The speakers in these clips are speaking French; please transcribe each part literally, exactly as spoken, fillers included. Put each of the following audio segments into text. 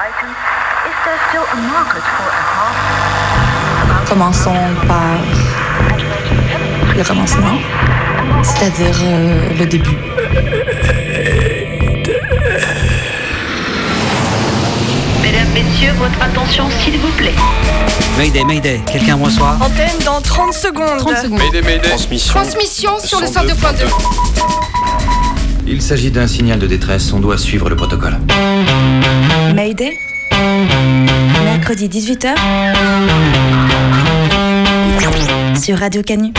Commençons par le commencement, c'est-à-dire euh, le début. Mesdames, messieurs, votre attention s'il vous plaît. Mayday, Mayday, quelqu'un me reçoit? Antenne dans trente secondes. trente secondes. Mayday, Mayday. Transmission. Transmission sur le cent deux point deux. Il s'agit d'un signal de détresse, on doit suivre le protocole. Mayday, mercredi dix-huit heures sur Radio Canu.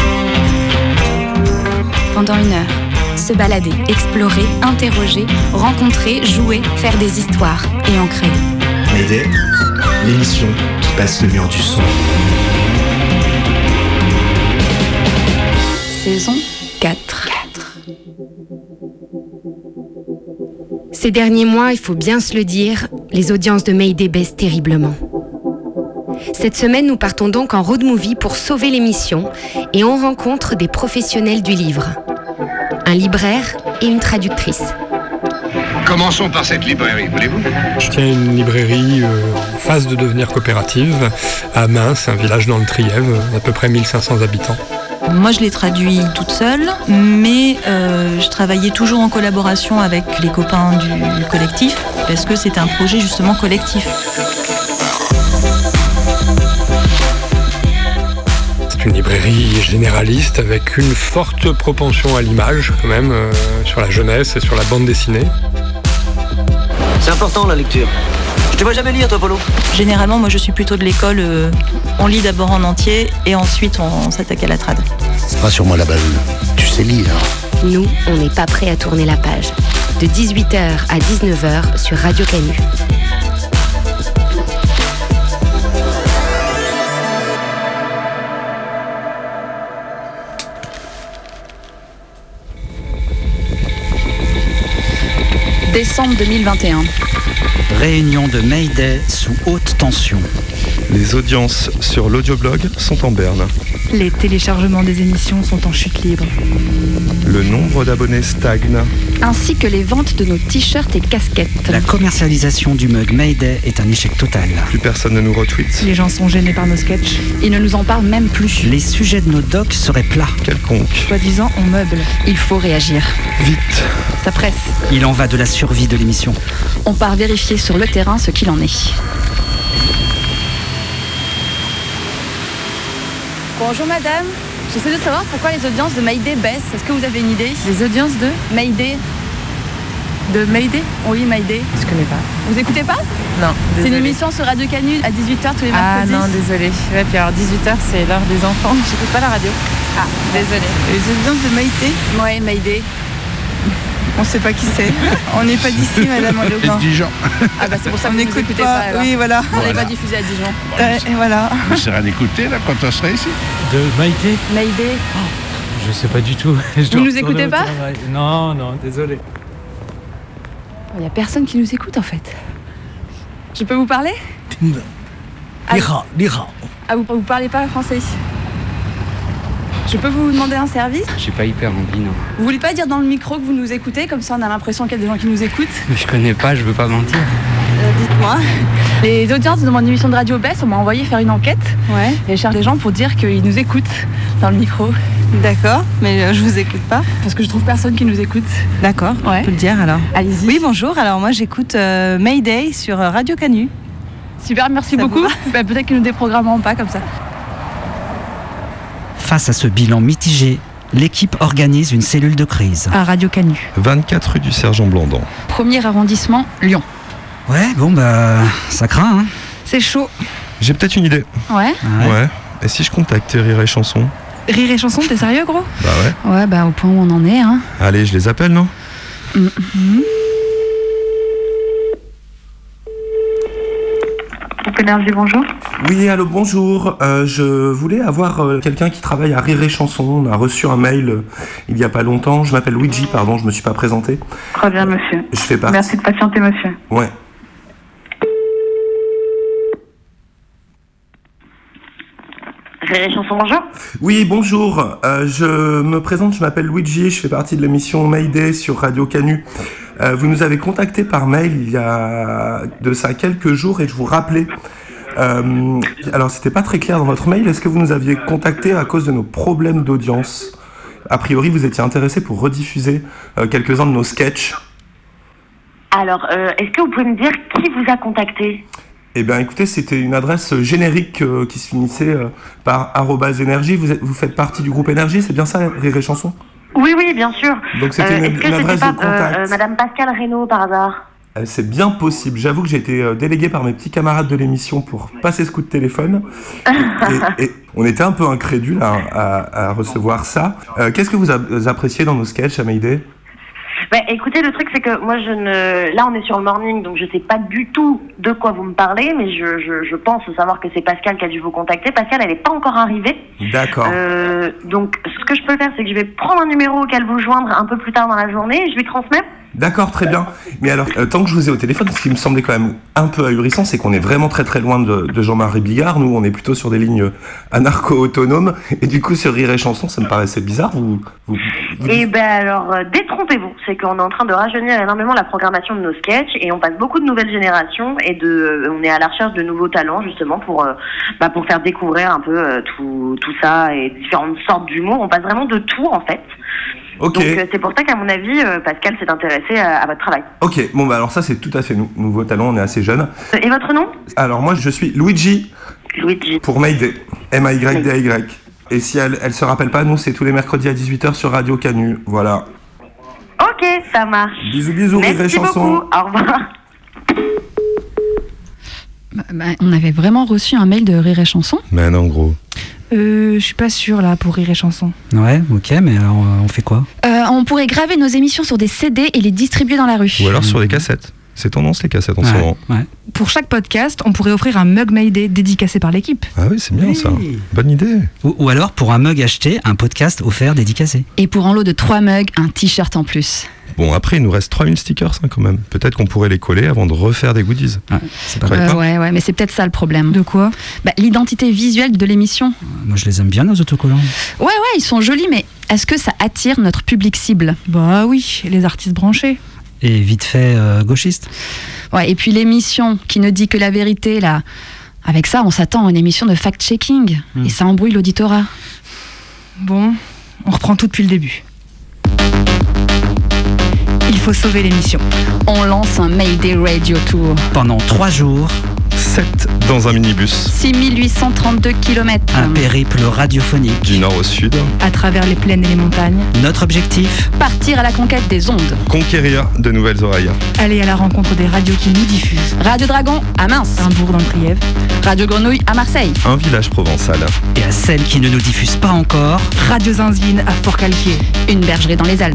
Pendant une heure, se balader, explorer, interroger, rencontrer, jouer, faire des histoires et en créer. Mayday, l'émission qui passe le mur du son. Saison quatre. Ces derniers mois, il faut bien se le dire, les audiences de Mayday baissent terriblement. Cette semaine, nous partons donc en road movie pour sauver l'émission et on rencontre des professionnels du livre. Un libraire et une traductrice. Commençons par cette librairie, voulez-vous? Je tiens une librairie euh, en phase de devenir coopérative à Mince, un village dans le Trièves, d'à peu près mille cinq cents habitants. Moi, je l'ai traduit toute seule, mais euh, je travaillais toujours en collaboration avec les copains du collectif, parce que c'est un projet justement collectif. C'est une librairie généraliste avec une forte propension à l'image, quand même, euh, sur la jeunesse et sur la bande dessinée. C'est important la lecture. Je te vois jamais lire, toi, Polo. Généralement, moi, je suis plutôt de l'école, euh, on lit d'abord en entier et ensuite on, on s'attaque à la trad. Rassure-moi, la balle, tu sais lire. Nous, on n'est pas prêts à tourner la page. De dix-huit heures à dix-neuf heures sur Radio Canu. Décembre deux mille vingt et un. Réunion de Mayday sous haute tension. Les audiences sur l'audioblog sont en berne. Les téléchargements des émissions sont en chute libre. Le nombre d'abonnés stagne. Ainsi que les ventes de nos t-shirts et casquettes. La commercialisation du mug Mayday est un échec total. Plus personne ne nous retweet. Les gens sont gênés par nos sketchs. Ils ne nous en parlent même plus. Les sujets de nos docs seraient plats. Quelconque. Soi-disant, on meuble. Il faut réagir. Vite. Ça presse. Il en va de la survie de l'émission. On part vérifier sur le terrain ce qu'il en est. Bonjour madame, j'essaie de savoir pourquoi les audiences de Mayday baissent. Est-ce que vous avez une idée? Les audiences de Mayday. De Mayday? Oui, Mayday. Je connais pas. Vous écoutez pas? Non, c'est désolée. une émission sur Radio Canu à dix-huit heures tous les Ah mercredis. non, désolée. Ouais, puis alors dix-huit heures, c'est l'heure des enfants. J'écoute pas la radio. Ah, désolée. Les audiences de Mayday? Ouais, Mayday. On sait pas qui c'est. On n'est pas d'ici, madame, on est au bain. Dijon. Ah bah c'est pour ça que On vous n'écoute n'écoutez pas. pas. alors. Oui, voilà. On n'est Voilà. pas diffusé à Dijon. Ouais, et voilà. On sera d'écouter là quand on sera ici. De Mayday? Mayday. Je sais pas du tout. Je Vous dois nous retourner écoutez au pas? travail. Non, non, désolé. Il n'y a personne qui nous écoute en fait. Je peux vous parler? Lira, lira. Ah, vous, vous parlez pas français? Je peux vous demander un service? Je suis pas hyper envie, non. Vous voulez pas dire dans le micro que vous nous écoutez? Comme ça on a l'impression qu'il y a des gens qui nous écoutent. Mais je connais pas, je veux pas mentir. Euh, dites-moi. Les audiences de mon émission de radio baissent, on m'a envoyé faire une enquête. Ouais. Et je cherche des gens pour dire qu'ils nous écoutent dans le micro. D'accord, mais euh, je vous écoute pas. Parce que je trouve personne qui nous écoute. D'accord, Ouais. on peut le dire alors. Allez-y. Oui, bonjour. Alors moi, j'écoute euh, Mayday sur euh, Radio Canu. Super, merci Ça beaucoup. vous va Bah, peut-être qu'ils nous déprogrammeront pas comme ça. Face à ce bilan mitigé, l'équipe organise une cellule de crise. À Radio Canu. vingt-quatre rue du Sergent Blandan. Premier arrondissement, Lyon. Ouais, bon bah, ça craint, hein. C'est chaud. J'ai peut-être une idée. Ouais. Ouais. Et si je contactais Rire et Chanson? Rire et chanson, t'es sérieux, gros? Bah ouais. Ouais, bah au point où on en est, hein. Allez, je les appelle, non? Mm. Bonjour. Oui, allô, bonjour. Euh, je voulais avoir euh, quelqu'un qui travaille à Rire et Chanson. On a reçu un mail euh, il y a pas longtemps. Je m'appelle Luigi, pardon, je me suis pas présenté. Très bien, monsieur. Je fais partie. Merci de patienter, monsieur. Ouais. Rire et Chanson, bonjour. Oui, bonjour. Euh, je me présente, je m'appelle Luigi, je fais partie de l'émission Mayday sur Radio Canu. Euh, vous nous avez contacté par mail il y a de ça quelques jours et je vous rappelais. Euh, alors, c'était pas très clair dans votre mail. Est-ce que vous nous aviez contacté à cause de nos problèmes d'audience ? A priori, vous étiez intéressé pour rediffuser euh, quelques-uns de nos sketchs. Alors, euh, est-ce que vous pouvez me dire qui vous a contacté ? Eh bien, écoutez, c'était une adresse générique euh, qui se finissait euh, par arobase énergie. Vous, êtes, vous faites partie du groupe Énergie, c'est bien ça, Rire et Chanson ? Oui, oui, bien sûr. Donc, c'était une, euh, est-ce que une adresse pas, de contact. Euh, euh, Madame Pascale Reynaud, par hasard ? euh, C'est bien possible. J'avoue que j'ai été euh, délégué par mes petits camarades de l'émission pour passer ce coup de téléphone. et, et, et on était un peu incrédules à, à, à recevoir ça. Euh, qu'est-ce que vous, a, vous appréciez dans nos sketchs, Améidé ? Bah, écoutez, le truc c'est que moi je ne, là on est sur le morning, donc je sais pas du tout de quoi vous me parlez, mais je, je, je pense savoir que c'est Pascal qui a dû vous contacter. Pascal, elle est pas encore arrivée. D'accord. Euh, donc ce que je peux faire, c'est que je vais prendre un numéro auquel vous joindre un peu plus tard dans la journée, et je lui transmets. D'accord, très bien. Mais alors, euh, tant que je vous ai au téléphone, ce qui me semblait quand même un peu ahurissant, c'est qu'on est vraiment très très loin de, de Jean-Marie Bigard. Nous, on est plutôt sur des lignes anarcho-autonomes. Et du coup, sur Rire et Chanson, ça me paraissait bizarre. Vous, vous, vous... Eh ben alors, euh, détrompez-vous. C'est qu'on est en train de rajeunir énormément la programmation de nos sketchs et on passe beaucoup de nouvelles générations et de, euh, on est à la recherche de nouveaux talents justement pour, euh, bah, pour faire découvrir un peu euh, tout, tout ça et différentes sortes d'humour. On passe vraiment de tout en fait. Ok. Donc euh, c'est pour ça qu'à mon avis, euh, Pascal s'est intéressé à, à votre travail. Ok, bon bah alors ça c'est tout à fait nou- nouveau talent, on est assez jeunes. Et votre nom ? Alors moi je suis Luigi. Luigi. Pour Mayday, M A Y D A Y. Et si elle, elle se rappelle pas, nous c'est tous les mercredis à dix-huit heures sur Radio Canu, voilà. Ok, ça marche. Bisous bisous, Rire et Chanson. Merci beaucoup, au revoir. Bah, bah, on avait vraiment reçu un mail de Rire et Chanson ? Mais non, gros. Euh, je suis pas sûre là pour Rire et Chanson. Ouais, ok, mais alors on fait quoi ? euh, On pourrait graver nos émissions sur des C D et les distribuer dans la rue. Ou alors sur des cassettes. C'est tendance les cassettes en ce moment. Ouais. Pour chaque podcast, on pourrait offrir un mug Mayday dédicacé par l'équipe. Ah oui, c'est bien Oui. ça. Bonne idée. Ou, ou alors pour un mug acheté, un podcast offert dédicacé. Et pour un lot de trois mugs, un t-shirt en plus. Bon, après, il nous reste trois mille stickers hein, quand même. Peut-être qu'on pourrait les coller avant de refaire des goodies. Ouais, c'est pas Euh, pas ouais, ouais, mais c'est peut-être ça le problème. De quoi ? Bah, l'identité visuelle de l'émission. Moi je les aime bien nos autocollants. Ouais, ouais, ils sont jolis, mais est-ce que ça attire notre public cible ? Bah oui, les artistes branchés. Et vite fait euh, gauchiste. Ouais, et puis l'émission qui ne dit que la vérité, là, avec ça, on s'attend à une émission de fact-checking. Mmh. Et ça embrouille l'auditorat. Bon, on reprend tout depuis le début. Il faut sauver l'émission. On lance un Mayday Radio Tour. Pendant trois jours, sept dans un minibus. six mille huit cent trente-deux kilomètres. un périple radiophonique. Du nord au sud. À travers les plaines et les montagnes. Notre objectif ? Partir à la conquête des ondes. Conquérir de nouvelles oreilles. Aller à la rencontre des radios qui nous diffusent. Radio Dragon à Mince. Un bourg dans le Trièves. Radio Grenouille à Marseille. Un village provençal. Et à celles qui ne nous diffusent pas encore, Radio Zinzine à Fort-Calquier. Une bergerie dans les Alpes.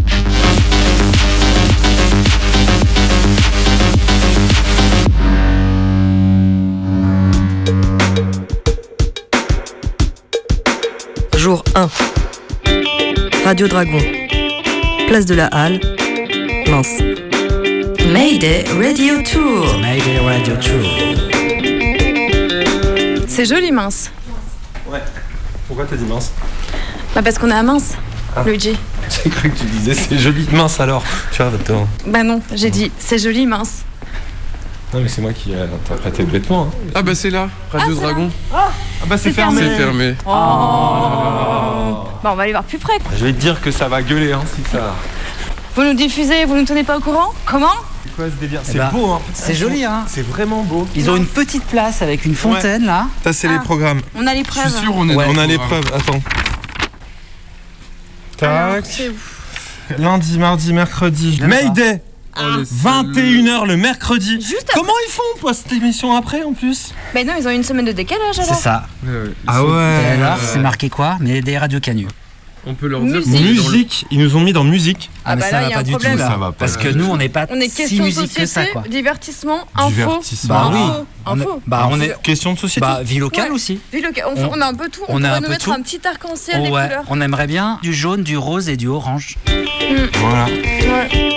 Jour un. Radio Dragon. Place de la Halle. Mince. Mayday Radio Tour. Mayday Radio Tour. C'est joli, Mince. Ouais. Pourquoi t'as dit mince ? Bah parce qu'on est à Mince, ah. Luigi. J'ai cru que tu disais c'est joli mince alors. Tu vois, attends. Bah non, j'ai dit c'est joli, Mince. Non mais c'est moi qui ai interprété bêtement. Hein. Ah bah c'est là, Radio ah, Dragon. Là. Oh, ah bah c'est, c'est fermé. C'est fermé. Oh. Oh. Bah on va aller voir plus près. Je vais te dire que ça va gueuler hein si ça... Vous nous diffusez, vous nous tenez pas au courant ? Comment ? C'est quoi ce délire ? Eh C'est bah, beau hein. C'est joli hein. C'est vraiment beau. Ils ont une petite place avec une fontaine ouais. là. Ça c'est ah. les programmes. On a l'épreuve. Je suis sûr on, est ouais, on a programme. l'épreuve, attends. Alors, tac. Lundi, mardi, mercredi. Mayday ah. vingt et une heures le mercredi. Juste Comment ils font pour cette émission après en plus ? Ben non, ils ont une semaine de décalage alors. C'est ça. Ouais, ah ouais. Et alors, c'est marqué quoi ? Mais des radios Canu. On peut leur dire. Musique. musique. Ils nous ont mis dans musique. Ah, ah mais bah ça là, va pas du tout là. Ça va pas Parce que nous, on n'est pas on est si musique société, que ça quoi. Divertissement, info. Divertissement. Bah oui. Info. On est, info. bah on est question de société. Bah vie locale ouais. aussi. Vie locale. On, on, on a un peu tout. On, on pourrait nous mettre tout. un petit arc-en-ciel oh, des ouais. couleurs. On aimerait bien du jaune, du rose et du orange. Mmh. Voilà. Ouais.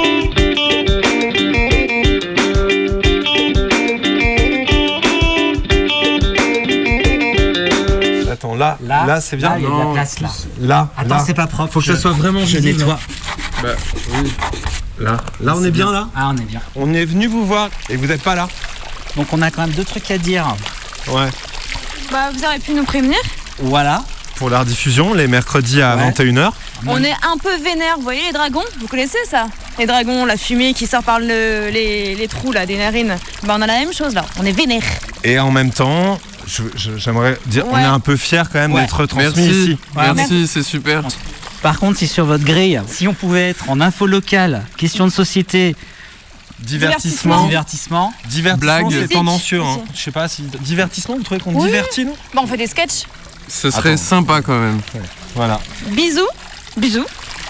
Attends, là, là, là c'est bien. Là, il y a de la place là. Là, attends, là. c'est pas propre. Faut que ça soit vraiment je nettoie. Bah oui. Là, là on est bien là. Ah, on est bien. On est venu vous voir et vous n'êtes pas là. Donc on a quand même deux trucs à dire. Ouais. Bah, vous auriez pu nous prévenir. Voilà. Pour la rediffusion, les mercredis à Ouais. vingt et une heures. On est un peu vénère, vous voyez les dragons? Vous connaissez ça? Les dragons, la fumée qui sort par le, les, les trous là, des narines. Bah, on a la même chose là, on est vénère. Et en même temps, je- je- j'aimerais dire, on Ouais. est un peu fiers quand même Ouais. d'être transmis Merci, ici. merci, Merci. c'est super. Par contre, si sur votre grille, si on pouvait être en info locale, question de société, Divertissement. divertissement, Divertissement, Blague. c'est Musique. tendancieux. Hein. Aussi. Je sais pas si. Divertissement, vous trouvez qu'on Oui. divertit, non? Bah, on fait des sketchs. Ce serait Attends. sympa quand même. Voilà. Bisous. Bisous.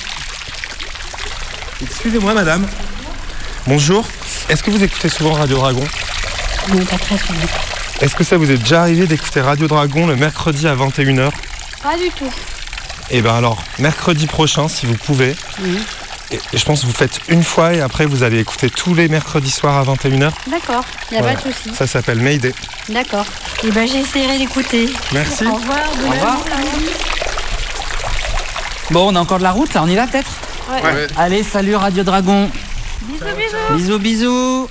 Excusez-moi, madame. Bonjour. Est-ce que vous écoutez souvent Radio Dragon? Non, pas très souvent. Est-ce que ça vous est déjà arrivé d'écouter Radio Dragon le mercredi à vingt et une heures? Pas du tout. Eh ben alors, mercredi prochain, si vous pouvez. Oui. Et et je pense que vous faites une fois et après vous allez écouter tous les mercredis soirs à vingt et une heures. D'accord, il n'y a Voilà. pas de souci. Ça s'appelle Mayday. D'accord. Et ben j'essaierai d'écouter. Merci. Au revoir. Au revoir. Bon, on a encore de la route là, on y va peut-être? Ouais. Ouais. Allez, salut Radio Dragon. Bisous, bisous. Bisous, bisous.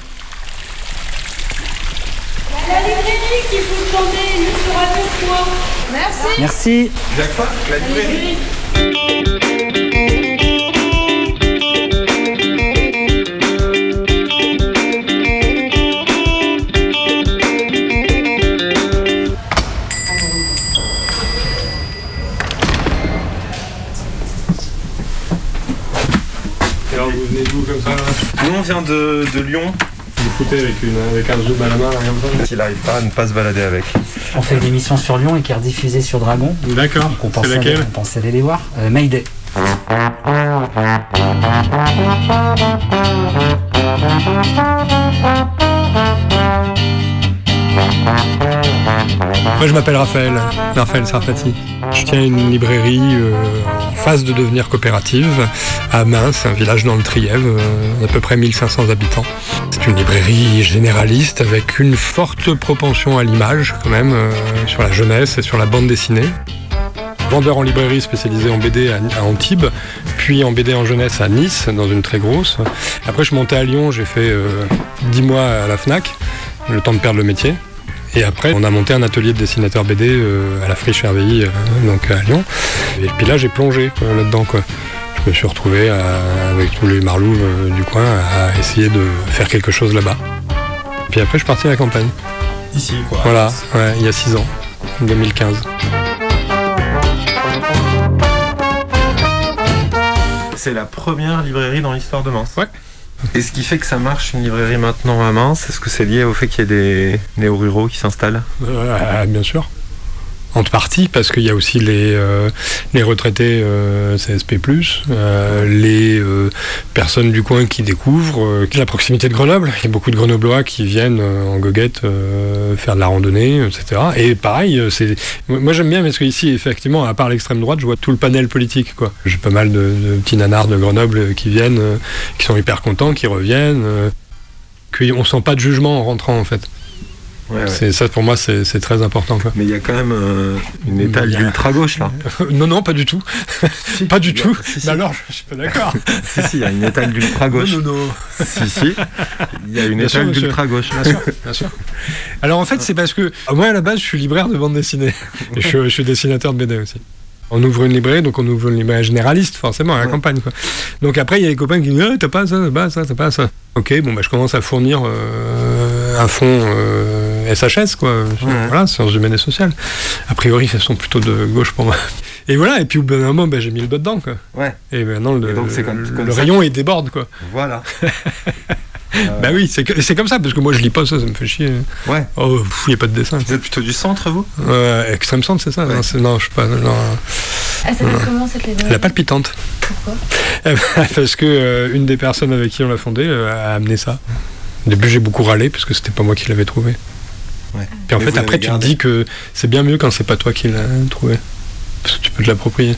La librairie qui vous chanter, nous sur Radio trois. Merci. Merci. Jacques Pain, la librairie. Et alors vous venez d'où comme ça là? Nous on vient de, de Lyon. Vous foutez avec, une, avec un zoom à la main, là, comme ça? S'il n'arrive pas à ne pas se balader avec. On fait une émission sur Lyon et qui est rediffusée sur Dragon. D'accord, Donc on c'est pensait, aller, laquelle? on pensait aller les voir. Euh, Mayday. Moi je m'appelle Raphaël, Raphaël Sarfati. Je tiens une librairie euh, en phase de devenir coopérative à Mince, un village dans le Trièves, euh, d'à peu près mille cinq cents habitants. C'est une librairie généraliste avec une forte propension à l'image quand même, euh, sur la jeunesse et sur la bande dessinée. Vendeur en librairie spécialisé en B D à Antibes, puis en B D en jeunesse à Nice, dans une très grosse. Après, je suis monté à Lyon, j'ai fait euh, dix mois à la Fnac, le temps de perdre le métier. Et après, on a monté un atelier de dessinateur B D euh, à la Friche R V I, euh, donc à Lyon. Et puis là, j'ai plongé quoi, là-dedans, quoi. Je me suis retrouvé à, avec tous les marlous euh, du coin à essayer de faire quelque chose là-bas. Puis après, je suis parti à la campagne. Ici, quoi. Voilà, ouais, il y a six ans, deux mille quinze. C'est la première librairie dans l'histoire de Mince. Ouais. Et ce qui fait que ça marche une librairie maintenant à Mince, est-ce que c'est lié au fait qu'il y ait des néo-ruraux qui s'installent? Euh, bien sûr. En partie, parce qu'il y a aussi les, euh, les retraités euh, C S P plus, euh, les euh, personnes du coin qui découvrent euh, la proximité de Grenoble. Il y a beaucoup de Grenoblois qui viennent euh, en goguette euh, faire de la randonnée, et cetera. Et pareil, c'est moi j'aime bien parce qu'ici, effectivement, à part l'extrême droite, je vois tout le panel politique, quoi. J'ai pas mal de, de petits nanars de Grenoble qui viennent, euh, qui sont hyper contents, qui reviennent. Euh, qu'on sent pas de jugement en rentrant, en fait. Ouais, ouais. C'est, ça pour moi c'est, c'est très important quoi. Mais il y a quand même euh, une étale a... d'ultra gauche là. non non pas du tout. Si, pas du bah, tout. Si, si. Mais alors je suis pas d'accord. si si il y a une étale d'ultra gauche. Non non non. si si. Il y a une bien étale sûr, d'ultra gauche. Bien sûr, bien sûr. Alors en fait c'est parce que moi à la base je suis libraire de bande dessinée. Et je, je suis dessinateur de B D aussi. On ouvre une librairie, donc on ouvre une librairie généraliste, forcément, à la ouais. campagne, quoi. Donc après, il y a des copains qui disent ah, t'as pas ça, t'as pas ça, t'as pas ça. Ok, bon, bah, je commence à fournir euh, un fonds euh, S H S, quoi. Ouais. Voilà, sciences humaines et sociales. A priori, elles sont plutôt de gauche pour moi. Et voilà, et puis au bout d'un moment, bah, j'ai mis le doigt dedans, quoi. Ouais. Et maintenant, le, et donc, c'est comme, le, comme le ça. rayon, il déborde, quoi. Voilà. Euh... Bah oui, c'est, c'est comme ça, parce que moi je lis pas ça, ça me fait chier. Ouais. Oh, il n'y a pas de dessin. Vous êtes plutôt du centre, vous? euh, Extrême centre, c'est ça? Ouais. Non, c'est, non, je sais pas. Non. Elle s'appelle comment cette librairie? La palpitante. Pourquoi? Parce que euh, une des personnes avec qui on l'a fondée euh, a amené ça. Au début, j'ai beaucoup râlé, parce que c'était pas moi qui l'avais trouvé. Ouais. Puis en Mais fait, après, tu te dis que c'est bien mieux quand c'est pas toi qui l'as trouvé. Parce que tu peux te l'approprier.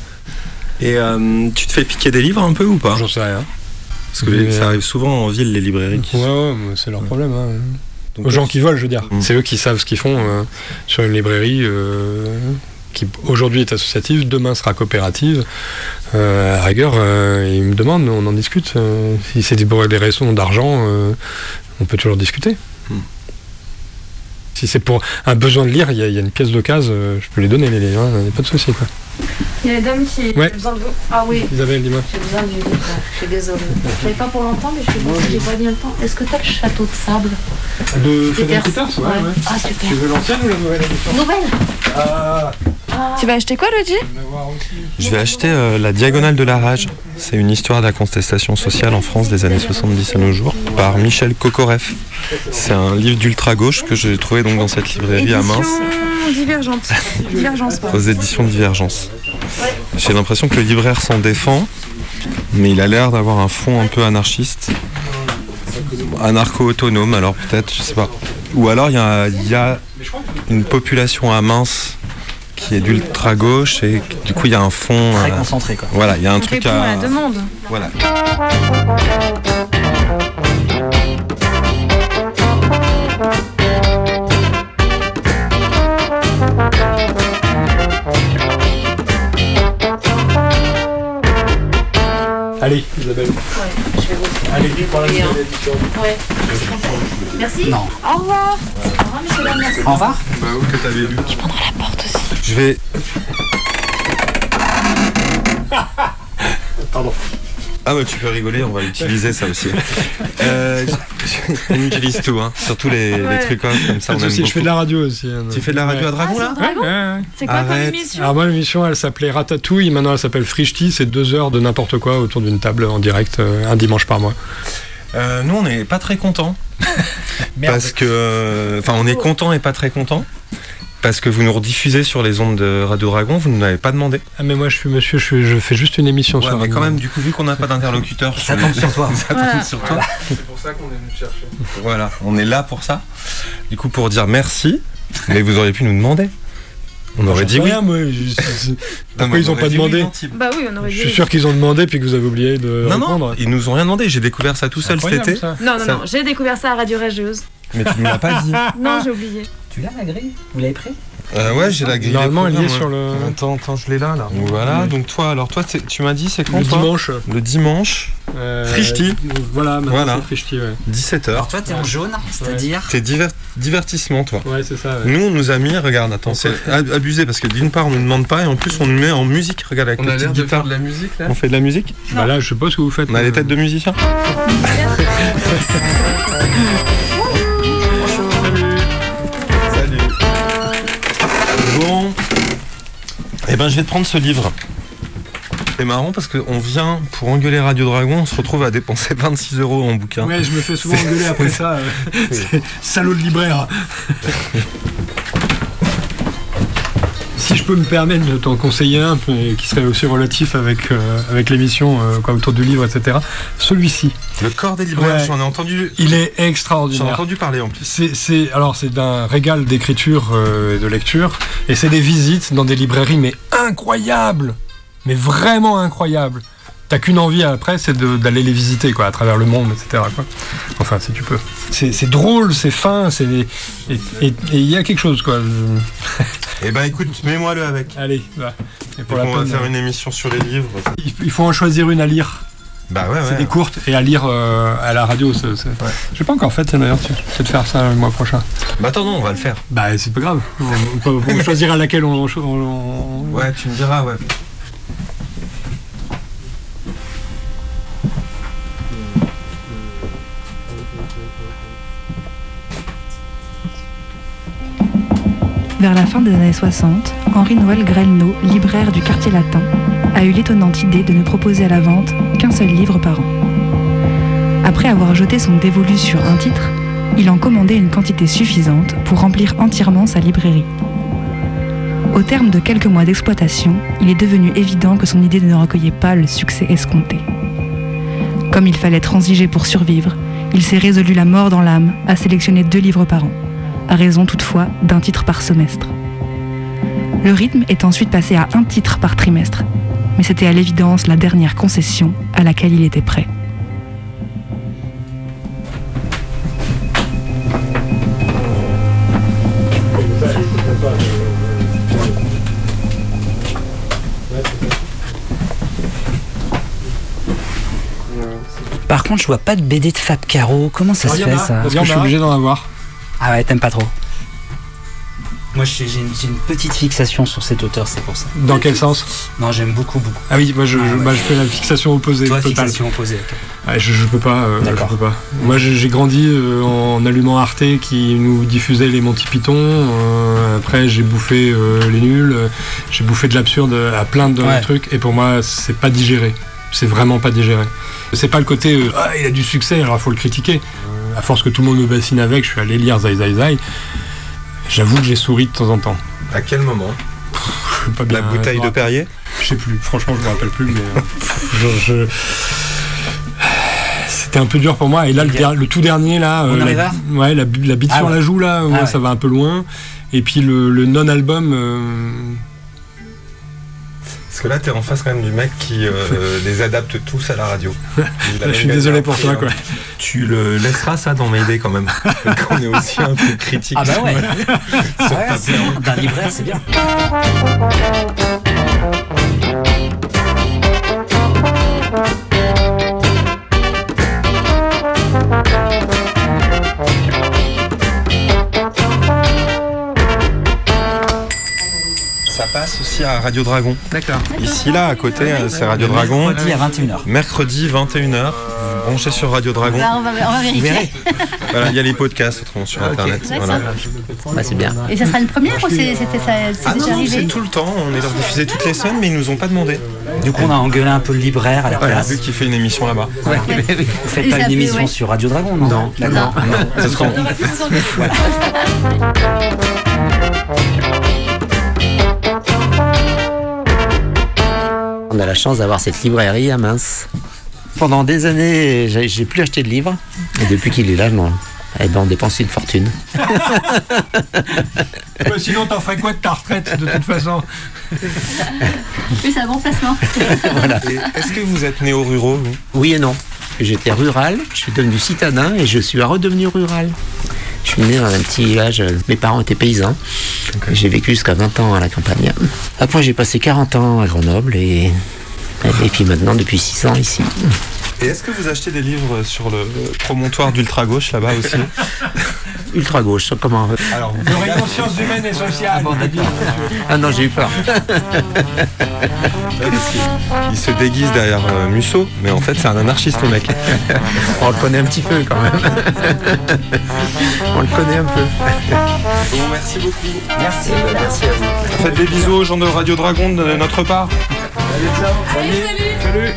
Et euh, tu te fais piquer des livres un peu ou pas? J'en sais rien. Parce que mais ça arrive souvent en ville, les librairies. Ouais, ouais, c'est leur ouais. problème. Hein. Donc, aux gens qui volent, je veux dire. Mmh. C'est eux qui savent ce qu'ils font euh, sur une librairie. Euh, qui aujourd'hui est associative, demain sera coopérative. Euh, à la rigueur, euh, ils me demandent, on en discute. Euh, si c'est pour des raisons d'argent, euh, on peut toujours discuter. Hmm. Si c'est pour un besoin de lire, il y, y a une pièce d'occasion, euh, je peux les donner les livres, il n'y a pas de souci, quoi. Il y a les dames qui ouais. ont besoin de vous. Ah oui. Isabelle, dis-moi. J'ai besoin du livre, je suis désolée. Je l'avais pas pour longtemps, mais je suis désolée, j'ai pas bien le temps. Est-ce que tu as le château de sable de Frédéric Peters? Ouais, ouais. Ah super. Tu veux l'ancienne ou la nouvelle édition? Nouvelle. Ah. Ah. Tu vas acheter quoi, Luigi? Je vais acheter euh, La Diagonale de la Rage. C'est une histoire de la contestation sociale en France des années soixante-dix à nos jours, par Michel Kokoreff. C'est un livre d'ultra-gauche que j'ai trouvé donc dans cette librairie Édition à Mince. Divergente. Divergence, Aux éditions Divergence. J'ai l'impression que le libraire s'en défend, mais il a l'air d'avoir un fond un peu anarchiste. Anarcho-autonome, alors peut-être, je sais pas. Ou alors il y a, y a une population à Mince qui est d'ultra-gauche et du coup il y a un fond... Très euh, concentré, quoi. Voilà, il y a un On truc répond à... à la demande. Voilà. Allez, Isabelle. Ouais, je vais vous. Allez, pour la nouvelle hein. édition. Ouais. Merci. Non. Au revoir. Au revoir, monsieur Dames, merci. Au revoir. Bah où que t'avais lu. Je prendrai la porte aussi. Je vais... Pardon. Ah bah tu peux rigoler, on va l'utiliser ça aussi. Euh, on utilise tout, hein. Surtout les, Ouais. les trucs comme ça. On aime Aussi, je beaucoup. fais de la radio aussi. Hein, Tu fais de la radio ouais. à Dragon Ah, là c'est Dragon Ouais, ouais, ouais. C'est quoi comme Arrête. émission? Alors moi l'émission elle s'appelait Ratatouille, maintenant elle s'appelle Frichti, c'est deux heures de n'importe quoi autour d'une table en direct euh, un dimanche par mois. Euh, nous on n'est pas très contents. Parce que... Enfin on est contents et pas très contents. Parce que vous nous rediffusez sur les ondes de Radio Dragon, vous ne nous l'avez pas demandé. Ah mais moi je suis monsieur, je, suis- je fais juste une émission Ouais, sur mais Radio. quand même, du coup, vu qu'on n'a pas d'interlocuteur, Ça tombe sur toi. ça tombe Voilà. sur toi. C'est pour ça qu'on est venu te chercher. Voilà, on est là pour ça. Du coup, pour dire merci, mais vous auriez pu nous demander. On aurait dit oui. Rien, moi, je- c'est- c'est- Non, Pourquoi mais ils on ont aurait pas dit demandé oui, gentil. Bah oui, on aurait Je dit. suis sûr qu'ils ont demandé puis que vous avez oublié de Non, répondre. non, ils nous ont rien demandé. J'ai découvert ça tout seul cet Incroyable, été. ça. Non, non, Ça- non, j'ai découvert ça à Radio Rageuse. Mais tu ne l'as pas dit. Non, j'ai oublié. Tu l'as la grille? Vous l'avez pris? Euh, ouais, j'ai la grille. Normalement, des elle y est programmes, sur ouais. le- Attends, attends, je l'ai là, là. Voilà, Oui. donc toi, alors toi, c'est- tu m'as dit, c'est quand Le toi dimanche. Le dimanche, Euh, Frichti. Voilà, maintenant Voilà. c'est Frichti, ouais. dix-sept heures. Alors toi, t'es en jaune, c'est-à-dire? C'est diver- divertissement, toi. Ouais, c'est ça. Ouais. Nous, on nous a mis, regarde, attends, c'est ab- abusé parce que d'une part, on ne nous demande pas et en plus, on nous met en musique. Regarde, avec On la a l'air petite de faire guitare. de la musique là. On fait de la musique. Bah là, je sais pas ce que vous faites. On a euh, les têtes de musiciens. Salut. Bon. Eh ben, je vais te prendre ce livre. C'est marrant parce qu'on vient pour engueuler Radio Dragon, on se retrouve à dépenser vingt-six euros en bouquin. Ouais, je me fais souvent engueuler après ça. euh, c'est salaud de libraire. Si je peux me permettre de t'en conseiller un, mais qui serait aussi relatif avec, euh, avec l'émission, euh, quoi, autour du livre, et cetera. Celui-ci. Le corps des libraires, Ouais. j'en ai entendu. Il est J'en ai extraordinaire. entendu parler en plus. C'est, c'est, alors c'est d'un régal d'écriture euh, et de lecture, et c'est des visites dans des librairies, mais incroyables, mais vraiment incroyables. T'as qu'une envie après, c'est de- d'aller les visiter, quoi, à travers le monde, et cetera, quoi. Enfin, si tu peux. C'est, c'est drôle, c'est fin, c'est et et- et il y a quelque chose, quoi. Je- Eh ben écoute, mets-moi-le avec. Allez, va. Et pour Et la on va peine, faire euh, une émission sur les livres. il, il faut en choisir une à lire. Bah ouais, C'est ouais. des courtes et à lire euh, à la radio. C'est, c'est... Je sais pas encore fait, d'ailleurs, tu c'est de faire ça le mois prochain. Bah attends, non, on va le faire. Bah c'est pas grave. On, on peut, on peut choisir à laquelle on, on- on- Ouais, tu me diras, ouais. Vers la fin des années soixante, Henri-Noël Grelneau, libraire du quartier latin, a eu l'étonnante idée de ne proposer à la vente qu'un seul livre par an. Après avoir jeté son dévolu sur un titre, il en commandait une quantité suffisante pour remplir entièrement sa librairie. Au terme de quelques mois d'exploitation, il est devenu évident que son idée ne recueillait pas le succès escompté. Comme il fallait transiger pour survivre, il s'est résolu la mort dans l'âme à sélectionner deux livres par an, à raison toutefois d'un titre par semestre. Le rythme est ensuite passé à un titre par trimestre, mais c'était à l'évidence la dernière concession à laquelle il était prêt. contre, je vois pas de B D de Fab Caro. Comment ça se fait, ça? Parce que je suis obligé d'en avoir. Ah ouais, t'aimes pas trop? Moi, j'ai une, une petite fixation sur cet auteur, c'est pour ça. Dans quel sens? Non, j'aime beaucoup, beaucoup. Ah oui, moi je, ah, je, ouais. bah, je fais la fixation opposée. Toi, totale. fixation opposée, ok. Ah, je, je peux pas. Euh, je peux pas. Moi, j'ai grandi euh, en allumant Arte qui nous diffusait les Monty Python. Euh, après, j'ai bouffé euh, les nuls. Euh, j'ai bouffé de l'absurde à plein de ouais. trucs. Et pour moi, c'est pas digéré. C'est vraiment pas digéré. C'est pas le côté euh, ah, il a du succès, alors il faut le critiquer. Euh, à force que tout le monde me bassine avec, je suis allé lire Zai Zai Zai. J'avoue que j'ai souri de temps en temps. À quel moment? Pff, pas bien, La bouteille de Perrier? Je sais plus, franchement je me rappelle plus, mais euh, je, je... c'était un peu dur pour moi. Et là, le, der le tout dernier, là, euh, la, ouais, la, la bite ah, sur ouais. la joue, là, ah, ouais, ouais. ça va un peu loin. Et puis le, le non-album. Euh... Parce que là, t'es en face quand même du mec qui euh, les adapte tous à la radio. Je suis désolé pour toi, quoi. Tu le laisseras ça dans Mayday quand même. Qu'on est aussi un peu critique. Ah bah ouais. ouais d'un libraire, c'est bien. Ça passe aussi à Radio Dragon. D'accord. Ici, là, à côté, c'est Radio Dragon. Mercredi à vingt et une heures. Mercredi, vingt et une heures. Branchez sur Radio Dragon. Bah, on, va, on va vérifier. Voilà, il y a les podcasts autrement sur okay. Internet. Voilà. Bah, c'est bien. Et ça sera une première ou c'est ah déjà non, arrivé? C'est tout le temps. On est leur diffusé toutes les semaines, mais ils nous ont pas demandé. Du coup, on a engueulé un peu le libraire à la voilà, place. Vu qu'il fait une émission là-bas. Ouais. Ouais. Vous faites pas une émission ouais. sur Radio Dragon, non? Non, d'accord. Ça sera. Voilà. On a la chance d'avoir cette librairie à Mince. Pendant des années, j'ai plus acheté de livres. Et depuis qu'il est là, non. Eh ben, on dépense une fortune. Ouais, sinon, t'en ferais quoi de ta retraite, de toute façon? Oui, c'est un bon placement. Voilà. Est-ce que vous êtes néo-ruraux, vous? Oui et non. J'étais rural, je suis devenu citadin et je suis redevenu rural. Je suis né dans un petit village, mes parents étaient paysans. Okay. J'ai vécu jusqu'à vingt ans à la campagne. Après, j'ai passé quarante ans à Grenoble et, et puis maintenant, depuis six ans ici. Et est-ce que vous achetez des livres sur le promontoire d'ultra-gauche là-bas aussi? Ultra-gauche, comment? Alors, vous aurez conscience humaine et sociale. Ah non, j'ai eu peur. Il se déguise derrière euh, Musso, mais en fait c'est un anarchiste le mec. On le connaît un petit peu quand même. On le connaît un peu. Bon, merci beaucoup. Merci, bah, merci à vous. Faites des bisous aux gens de Radio Dragon de notre part. Allez, ciao. Allez, salut. Salut.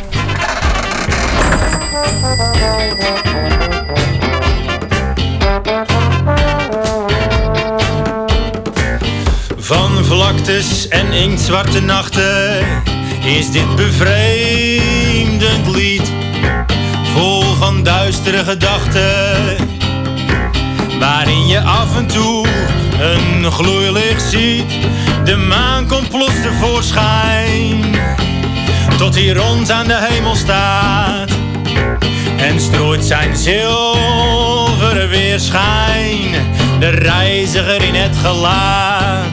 Van vlaktes en inktzwarte nachten is dit bevreemdend lied, vol van duistere gedachten, waarin je af en toe een gloeilicht ziet. De maan komt plots tevoorschijn, tot hij rond aan de hemel staat en strooit zijn zilveren weerschijn de reiziger in het gelaat.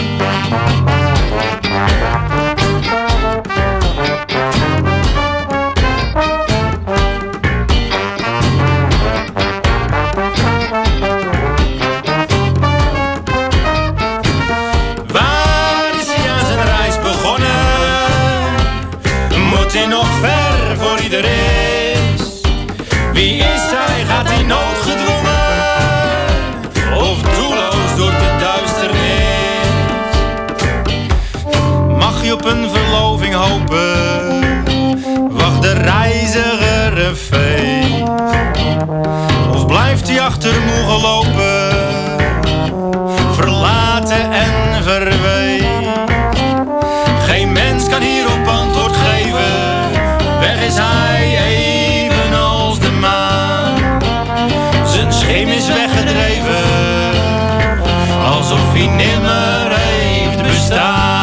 Waar is hij aan zijn reis begonnen? Moet hij nog ver voor iedereen? Wie is hij? Gaat hij noodgedwongen? Of doelloos door de duisternis? Mag je op een verloving hopen? Wacht de reiziger een feest? Of blijft hij achter moe gelopen? Verlaten en verweest? Geen mens kan hierop antwoord geven. Weg is hij evenals de maan. Zijn schim is weggedreven, alsof hij nimmer heeft bestaan.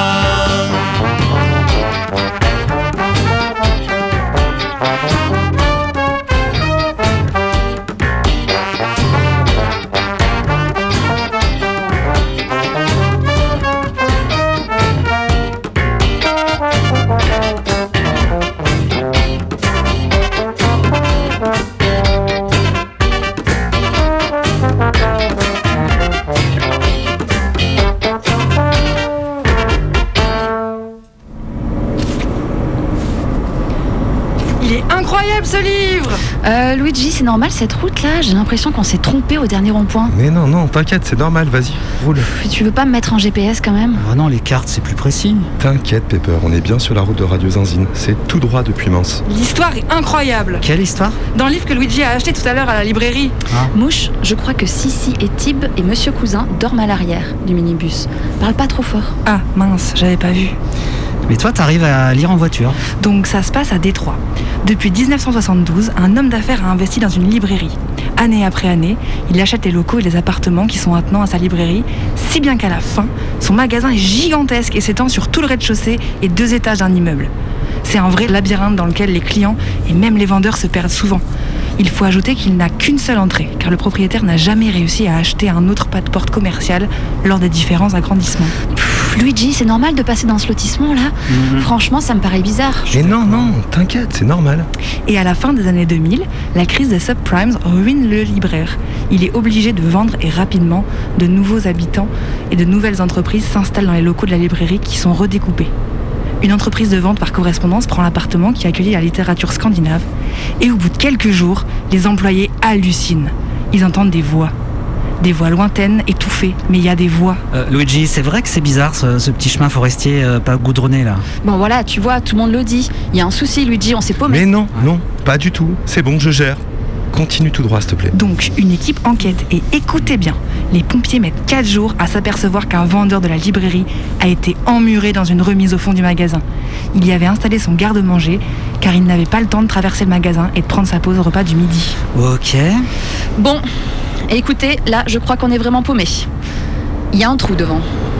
ce livre. Euh, Luigi, c'est normal cette route-là? J'ai l'impression qu'on s'est trompé au dernier rond-point. Mais non, non, t'inquiète, c'est normal, vas-y, roule. Tu veux pas me mettre en G P S quand même? Ah non, les cartes, c'est plus précis. T'inquiète, Pepper, on est bien sur la route de Radio Zinzine. C'est tout droit depuis Mans. L'histoire est incroyable. Quelle histoire? Dans le livre que Luigi a acheté tout à l'heure à la librairie. Ah. Mouche, je crois que Sissi et Tib et Monsieur Cousin dorment à l'arrière du minibus. Parle pas trop fort. Ah, mince, j'avais pas vu. Mais toi, t'arrives à lire en voiture. Donc ça se passe à Détroit. Depuis dix-neuf cent soixante-douze, un homme d'affaires a investi dans une librairie. Année après année, il achète les locaux et les appartements qui sont attenants à sa librairie, si bien qu'à la fin, son magasin est gigantesque et s'étend sur tout le rez-de-chaussée et deux étages d'un immeuble. C'est un vrai labyrinthe dans lequel les clients et même les vendeurs se perdent souvent. Il faut ajouter qu'il n'a qu'une seule entrée, car le propriétaire n'a jamais réussi à acheter un autre pas de porte commercial lors des différents agrandissements. Pff, Luigi, c'est normal de passer dans ce lotissement-là. Mmh. Franchement, ça me paraît bizarre. Mais non, non, t'inquiète, c'est normal. Et à la fin des années deux mille, la crise des subprimes ruine le libraire. Il est obligé de vendre et rapidement, de nouveaux habitants et de nouvelles entreprises s'installent dans les locaux de la librairie qui sont redécoupés. Une entreprise de vente par correspondance prend l'appartement qui accueillait la littérature scandinave. Et au bout de quelques jours, les employés hallucinent. Ils entendent des voix. Des voix lointaines, étouffées, mais il y a des voix. Euh, Luigi, c'est vrai que c'est bizarre ce, ce petit chemin forestier euh, pas goudronné là. Bon voilà, tu vois, tout le monde le dit. Il y a un souci, Luigi, on s'est paumé. Mais non, non, pas du tout. C'est bon, je gère. Continue tout droit, s'il te plaît. Donc, une équipe enquête et écoutez bien. Les pompiers mettent quatre jours à s'apercevoir qu'un vendeur de la librairie a été emmuré dans une remise au fond du magasin. Il y avait installé son garde-manger car il n'avait pas le temps de traverser le magasin et de prendre sa pause au repas du midi. Ok. Bon, écoutez, là, je crois qu'on est vraiment paumé. Il y a un trou devant.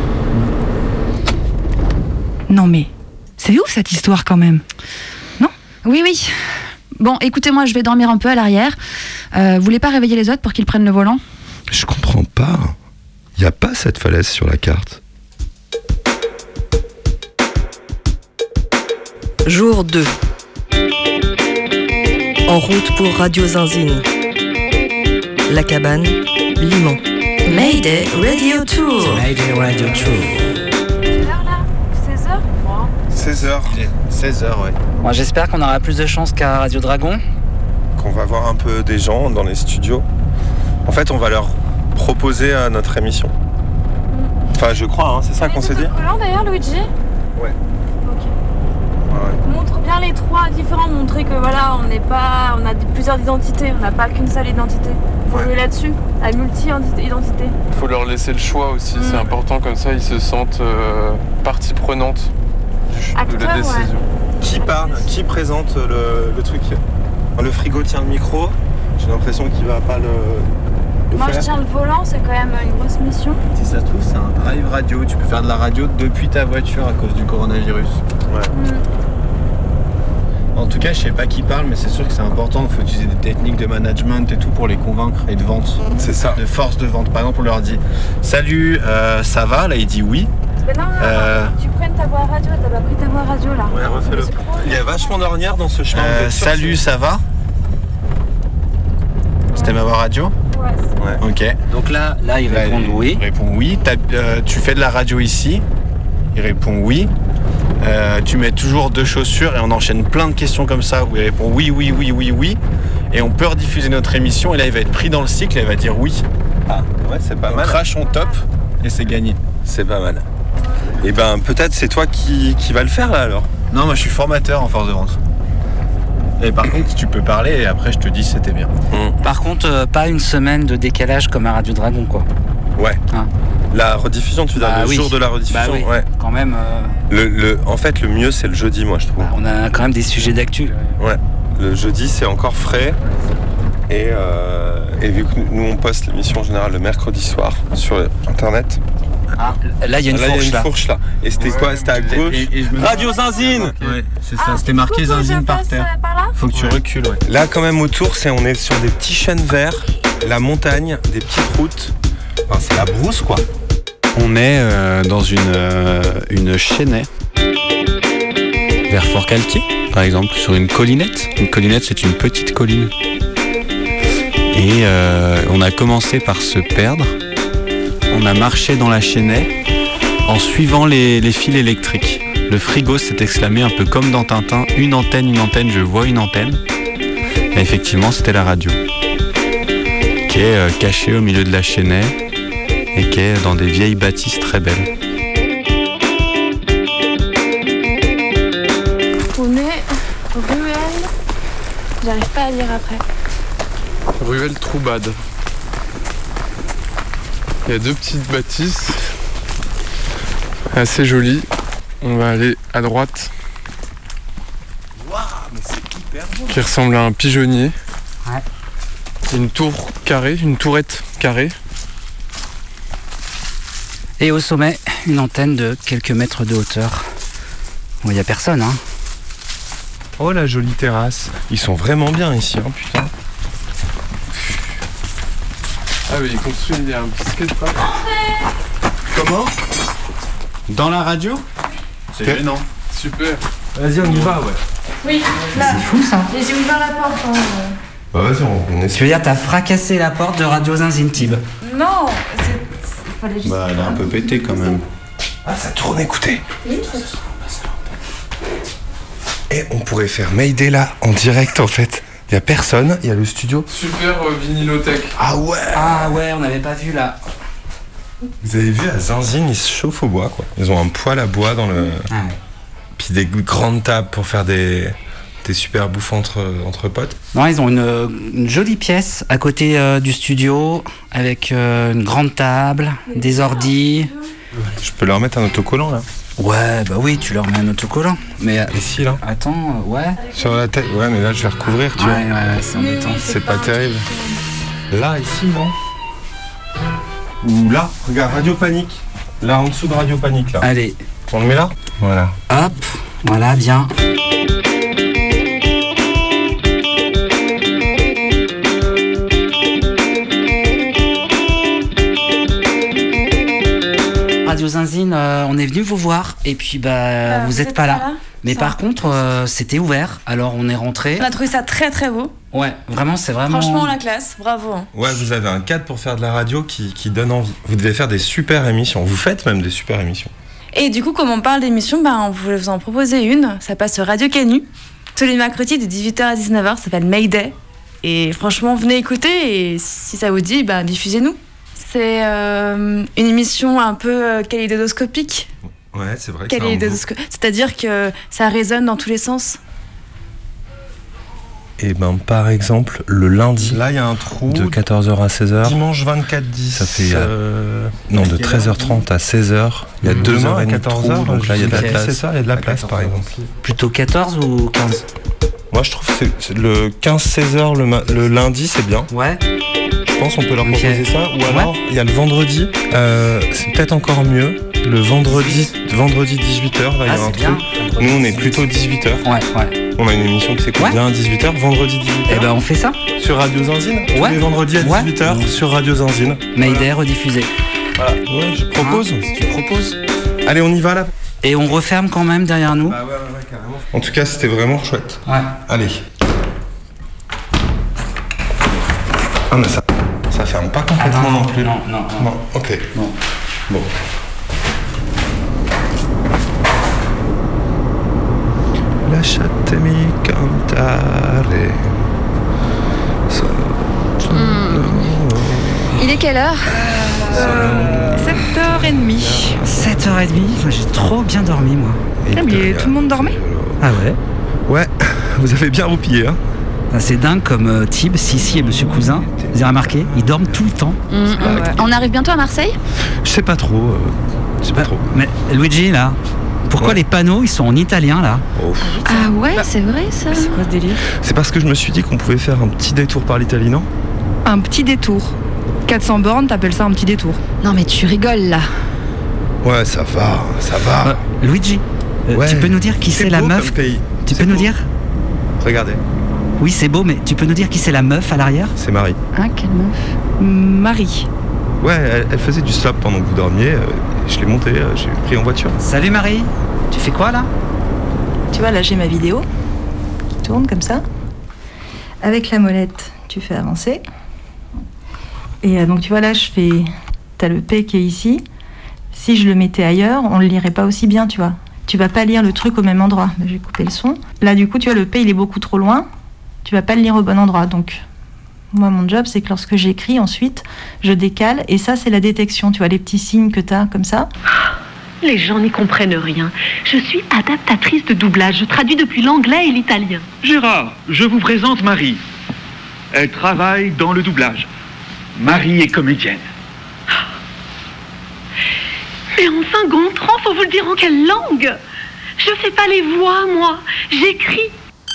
Non mais, c'est ouf cette histoire quand même. Non? Oui, oui. Bon, écoutez-moi, je vais dormir un peu à l'arrière. Euh, vous voulez pas réveiller les autres pour qu'ils prennent le volant? Je comprends pas. Il n'y a pas cette falaise sur la carte. Jour deux. En route pour Radio Zinzine. La cabane, Limon. Mayday Radio Tour. Mayday Radio Tour. Quelle heure là? seize heures? seize heures. seize heures, ouais. Moi, j'espère qu'on aura plus de chance qu'à Radio Dragon. Qu'on va voir un peu des gens dans les studios. En fait, on va leur proposer à notre émission. Enfin, je crois, hein, c'est ça qu'on s'est dit. Collant d'ailleurs, Luigi? Ouais. Ok. Ouais. Montre bien les trois différents, montrer que voilà, on n'est pas, on a plusieurs identités, on n'a pas qu'une seule identité. Faut jouer là-dessus, la multi-identité. Il faut leur laisser le choix aussi, mm. c'est important, comme ça ils se sentent euh, partie prenante du, Acteur, de la décision. Ouais. Qui parle? Qui présente le, le truc? Le frigo tient le micro, j'ai l'impression qu'il va pas le... le Moi faire. je tiens le volant, c'est quand même une grosse mission. Si ça se trouve, c'est un drive radio. Tu peux faire de la radio depuis ta voiture à cause du coronavirus. Ouais. Mm. En tout cas, je sais pas qui parle, mais c'est sûr que c'est important. Il faut utiliser des techniques de management et tout pour les convaincre et de vente. C'est ça. De force de vente. Par exemple, on leur dit salut, euh, ça va? Là, il dit oui. Mais non, non, Euh... non, tu prennes ta voix radio, t'as pas pris ta voix radio là. Ouais, refais-le. Il y a vachement d'ornières dans ce chemin. Euh, salut, ça va? C'était ma voix radio? Ouais. Ouais. Ok. Donc là, là ils répondent là, il, oui. Il répond oui. Euh, tu fais de la radio ici? Il répond oui. Euh, tu mets toujours deux chaussures et on enchaîne plein de questions comme ça où il répond oui, oui, oui, oui, oui. Et on peut rediffuser notre émission et là il va être pris dans le cycle et il va dire oui. Ah, ouais, c'est pas on mal. Crash, on top et c'est gagné. C'est pas mal. Et ben peut-être c'est toi qui, qui va le faire là alors. Non, moi je suis formateur en force de vente. Et par contre, tu peux parler et après je te dis si c'était bien. Mmh. Par contre, euh, pas une semaine de décalage comme à Radio Dragon, quoi. Ouais. Hein. La rediffusion, tu veux dire bah le oui. jour de la rediffusion, bah oui. ouais. Quand même. Euh... Le, le, en fait, le mieux c'est le jeudi, moi je trouve. Bah, on a quand même des sujets d'actu. Ouais. Le jeudi, c'est encore frais. Et, euh, et vu que nous on poste l'émission en général le mercredi soir sur internet. Ah, là il y a une là, fourche y a une là. fourche là. Et c'était ouais, quoi? C'était à gauche. Et, et Radio Zinzine. Ouais, c'est ça. Ah, c'était marqué faut que Zinzine je par passe, terre. euh, par là Faut que tu Ouais. recules, ouais. Là, quand même, autour, c'est, on est sur des petits chênes verts, la montagne, des petites routes. Enfin, c'est la brousse, quoi. On est euh, dans une, euh, une chênaie vers Fort-Calquier, par exemple, sur une collinette. Une collinette, c'est une petite colline. Et euh, on a commencé par se perdre. On a marché dans la chênaie en suivant les, les fils électriques. Le frigo s'est exclamé un peu comme dans Tintin, une antenne, une antenne, je vois une antenne. Et effectivement, c'était la radio, qui est euh, cachée au milieu de la Chênaie et qui est dans des vieilles bâtisses très belles. On est ruelle. J'arrive pas à lire après. Ruelle Troubade. Il y a deux petites bâtisses assez jolies. On va aller à droite. Waouh, mais c'est hyper beau. Qui ressemble à un pigeonnier. Ouais. Une tour carrée, une tourette carrée. Et au sommet, une antenne de quelques mètres de hauteur. Bon, il n'y a personne, hein. Oh, la jolie terrasse. Ils sont vraiment bien ici, hein, putain. Ah oui, il construit, il y a un petit skatepark. Comment? Dans la radio? C'est gênant. Super. Vas-y, on y va, ouais. Oui, là. C'est fou ça. J'ai ouvert la porte. Hein. Bah vas-y, on, on Tu veux dire, t'as fracassé la porte de Radio Zinzin Tib? Non, c'est. Fallait juste. Bah, elle a un peu pété quand même. Ah, ça tourne, écoutez. Oui, Et on pourrait faire Mayday là, en direct en fait. Il y a personne, il y a le studio. Super euh, vinylothèque. Ah ouais. Ah ouais, on n'avait pas vu là. Vous avez vu à Zinzin, ils se chauffent au bois quoi. Ils ont un poêle à bois dans le. Ah ouais. Puis des grandes tables pour faire des, des super bouffes entre, entre potes. Non, ils ont une, une jolie pièce à côté euh, du studio avec euh, une grande table, des ordis. Je peux leur mettre un autocollant là. Ouais, bah oui, tu leur mets un autocollant. Mais euh, ici là. Attends, euh, ouais. Sur la tête. Ouais, mais là je vais recouvrir, tu ouais, vois. Ouais, ouais, c'est embêtant. C'est pas terrible. Là, ici, non. Ou là, regarde, Radio Panique. Là, en dessous de Radio Panique, là. Allez. On le met là? Voilà. Hop, voilà, bien. Radio Zinzin, euh, on est venu vous voir et puis bah, bah vous n'êtes pas, pas là. là. Mais ça. Par contre, euh, c'était ouvert, alors on est rentré. On a trouvé ça très très beau. Ouais, vraiment, c'est vraiment. Franchement, la classe, bravo. Ouais, vous avez un cadre pour faire de la radio qui, qui donne envie. Vous devez faire des super émissions. Vous faites même des super émissions. Et du coup, comme on parle d'émissions, bah, on voulait vous en proposer une. Ça passe sur Radio Canu, tous les mercredis de dix-huit heures à dix-neuf heures. Ça s'appelle Mayday. Et franchement, venez écouter et si ça vous dit, bah, diffusez-nous. C'est euh, une émission un peu euh, kaléidoscopique. Ouais, c'est vrai. Kaléidoscope. C'est-à-dire que ça résonne dans tous les sens. Et ben par exemple le lundi. Là il y a un trou. De quatorze heures à seize heures. Dimanche vingt-quatre dix. Ça fait euh... non de treize heures trente à seize heures. Il y a mmh. deux heures à quatorze heures. Donc là il y a de la place. C'est ça, il y a de la place par exemple. Plutôt quatorze ou quinze? Moi je trouve que c'est, c'est le quinze seize heures le, ma- le lundi c'est bien. Ouais. Je pense qu'on peut leur okay. proposer ça. Ou alors il ouais. y a le vendredi. Euh, c'est peut-être encore mieux. Le vendredi, vendredi dix-huit heures, là il ah, y a un bien. trou. Nous on est plutôt dix-huit heures. Ouais, ouais. On a une émission qui s'écoute ouais. bien à dix-huit heures, vendredi dix-huit heures. Et ben on fait ça. Sur Radio Zinzin. Ouais. Tous les vendredis à dix-huit heures ouais. sur Radio Zinzin. Mayday voilà. rediffusé. Voilà. Ouais, je propose. Hein, si tu proposes. Allez, on y va là. Et on referme quand même derrière nous. Bah ouais, ouais, ouais, carrément. En tout cas, c'était vraiment chouette. Ouais. Allez. Ah mais ça, ça ferme pas complètement ah non, non plus. Non, non, non. Non, ok. Non. Bon. Lasciatemi cantare. Mmh. Il est quelle heure euh, sept heures trente. sept heures trente. J'ai trop bien dormi moi. Ah, mais tout le monde dormait? Ah ouais? Ouais, vous avez bien roupillé hein. C'est dingue comme euh, Tib, Sissi et Monsieur Cousin, vous avez remarqué, ils dorment tout le temps. Mmh, ouais. On arrive bientôt à Marseille? Je sais pas trop. Euh, je sais pas trop. Mais Luigi là, pourquoi ouais. les panneaux ils sont en italien là? Oh. Ah ouais, c'est vrai ça. C'est quoi ce délire? C'est parce que je me suis dit qu'on pouvait faire un petit détour par l'Italie, non? Un petit détour. quatre cents bornes, t'appelles ça un petit détour? Non mais tu rigoles là. Ouais, ça va, ça va. Euh, Luigi, euh, ouais. tu peux nous dire qui c'est, c'est la meuf? Pays. Tu c'est peux beau. nous dire? Regardez. Oui, c'est beau, mais tu peux nous dire qui c'est la meuf à l'arrière? C'est Marie. Ah, quelle meuf? Marie. Ouais, elle, elle faisait du slap pendant que vous dormiez. Euh, je l'ai monté, euh, j'ai pris en voiture. Salut Marie, tu fais quoi là? Tu vois, là j'ai ma vidéo qui tourne comme ça. Avec la molette, tu fais avancer. Et euh, donc tu vois là, je fais... T'as le P qui est ici. Si je le mettais ailleurs, on le lirait pas aussi bien, tu vois. Tu vas pas lire le truc au même endroit. J'ai coupé le son. Là, du coup, tu vois, le P, il est beaucoup trop loin. tu vas pas le lire au bon endroit. Donc, moi, mon job, c'est que lorsque j'écris, ensuite, je décale. Et ça, c'est la détection. Tu vois, les petits signes que tu as comme ça. Les gens n'y comprennent rien. Je suis adaptatrice de doublage. Je traduis depuis l'anglais et l'italien. Gérard, je vous présente Marie. Elle travaille dans le doublage. Marie est comédienne. Mais enfin, Gontran, faut vous le dire en quelle langue? Je fais pas les voix, moi. J'écris.